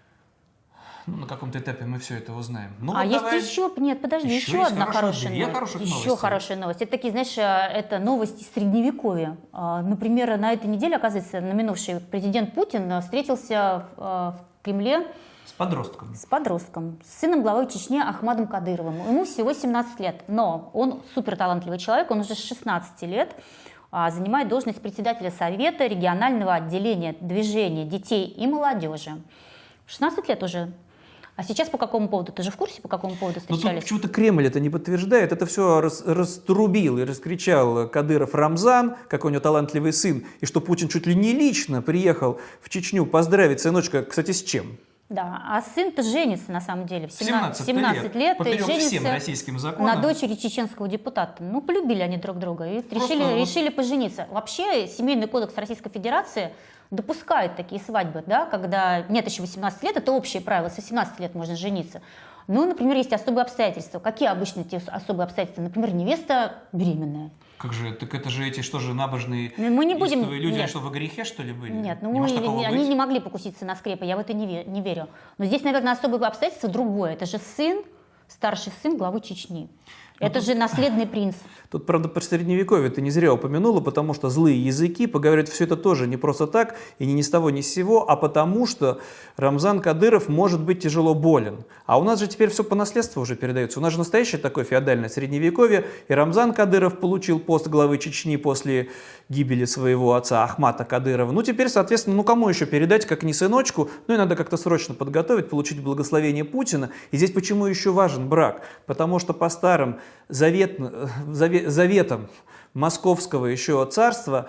Ну, на каком-то этапе мы все это узнаем. Ну, а вот есть давай... еще, нет, подожди, еще, еще одна хорошая новость. Хороших еще новостей. хорошая новость. Это такие, знаешь, это новости средневековья. Например, на этой неделе, оказывается, на минувший президент Путин встретился в Кремле с подростком. С подростком, с сыном главы Чечни Ахмадом Кадыровым. Ему всего семнадцать лет, но он суперталантливый человек, он уже с шестнадцати лет занимает должность председателя Совета регионального отделения движения детей и молодежи. шестнадцать лет уже. А сейчас по какому поводу? Ты же в курсе, по какому поводу встречались? Ну, тут почему-то Кремль это не подтверждает. Это все рас, раструбил и раскричал Кадыров Рамзан, какой у него талантливый сын, и что Путин чуть ли не лично приехал в Чечню поздравить сыночка, кстати, с чем? Да, а сын-то женится, на самом деле, в семнадцать, семнадцать лет, поперек и женится всем российским законам. На дочери чеченского депутата. Ну, полюбили они друг друга и решили, вот... решили пожениться. Вообще, Семейный кодекс Российской Федерации допускает такие свадьбы, да, когда нет еще восемнадцати лет, это общее правило, с восемнадцати лет можно жениться. Ну, например, есть особые обстоятельства. Какие обычно эти особые обстоятельства? Например, невеста беременная. Как же, так это же эти, что же, набожные мы не будем... люди, Нет. они что, во грехе, что ли, были? Нет, ну не мы, может они быть? не могли покуситься на скрепы, я в это не, ве не верю. Но здесь, наверное, особое обстоятельство другое. Это же сын, старший сын главы Чечни. Но это тут... же наследный принц. Тут, правда, про средневековье ты не зря упомянула, потому что злые языки поговорят все это тоже не просто так, и не ни с того, ни с сего, а потому что Рамзан Кадыров может быть тяжело болен. А у нас же теперь все по наследству уже передается. У нас же настоящее такое феодальное средневековье, и Рамзан Кадыров получил пост главы Чечни после гибели своего отца Ахмата Кадырова. Ну, теперь, соответственно, ну кому еще передать, как не сыночку? Ну, и надо как-то срочно подготовить, получить благословение Путина. И здесь почему еще важен брак? Потому что по старым завет, завет заветом московского еще царства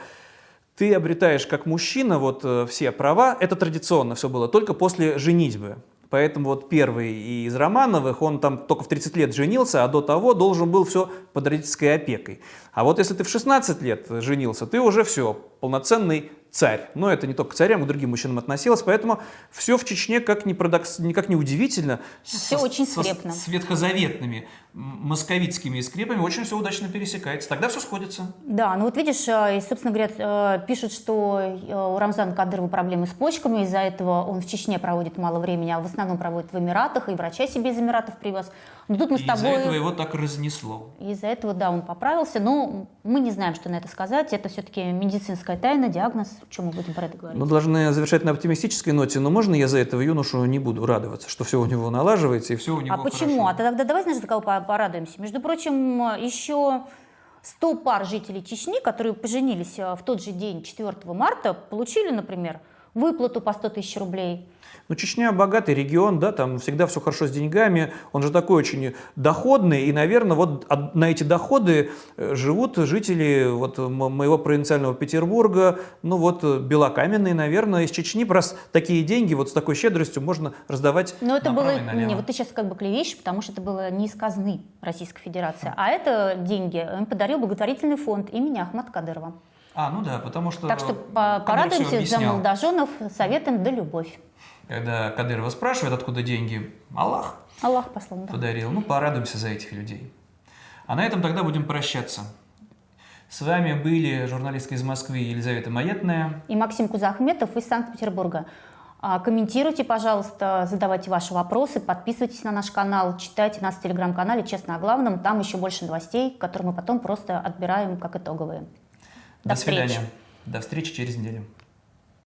ты обретаешь как мужчина вот все права, это традиционно все было, только после женитьбы. Поэтому вот первый из Романовых, он там только в тридцать лет женился, а до того должен был все под родительской опекой. А вот если ты в шестнадцать лет женился, ты уже все, полноценный царь. Но это не только к царям, и к другим мужчинам относилось, поэтому все в Чечне, как ни, парадокс, никак не удивительно, все со, очень со, скрепно. с ветхозаветными московитскими скрепами очень все удачно пересекается. Тогда все сходится. Да, ну вот видишь, и, собственно говоря, пишут, что у Рамзана Кадырова проблемы с почками, из-за этого он в Чечне проводит мало времени, а в основном проводит в Эмиратах, и врача себе из Эмиратов привез. Но тут мы с и тобой... из-за этого его так разнесло. Из-за этого, да, он поправился, но мы не знаем, что на это сказать. Это все-таки медицинская тайна, диагноз. Что мы будем про это говорить? Мы должны завершать на оптимистической ноте, но можно я за этого юношу не буду радоваться, что все у него налаживается и все у него А почему? хорошо? А тогда давай, знаешь, за кого порадуемся. Между прочим, еще сто пар жителей Чечни, которые поженились в тот же день, четвёртого марта, получили, например, выплату по сто тысяч рублей. Ну, Чечня богатый регион, да, там всегда все хорошо с деньгами, он же такой очень доходный, и, наверное, вот на эти доходы живут жители вот моего провинциального Петербурга, ну вот белокаменные, наверное, из Чечни, просто такие деньги вот с такой щедростью можно раздавать. Но это направо было, и налево. Не, вот ты сейчас как бы клевещешь, потому что это было не из казны Российской Федерации, а это деньги им подарил благотворительный фонд имени Ахмата Кадырова. А, ну да, потому что... Так что порадуемся за молодоженов советом да любовь. Когда Кадырова спрашивает, откуда деньги, Аллах, Аллах послал, да. подарил. Ну, порадуемся за этих людей. А на этом тогда будем прощаться. С вами были журналистка из Москвы Елизавета Маетная и Максим Кузахметов из Санкт-Петербурга. Комментируйте, пожалуйста, задавайте ваши вопросы, подписывайтесь на наш канал, читайте нас в телеграм-канале «Честно о главном». Там еще больше новостей, которые мы потом просто отбираем как итоговые. До, До свидания. Встречи. До встречи через неделю.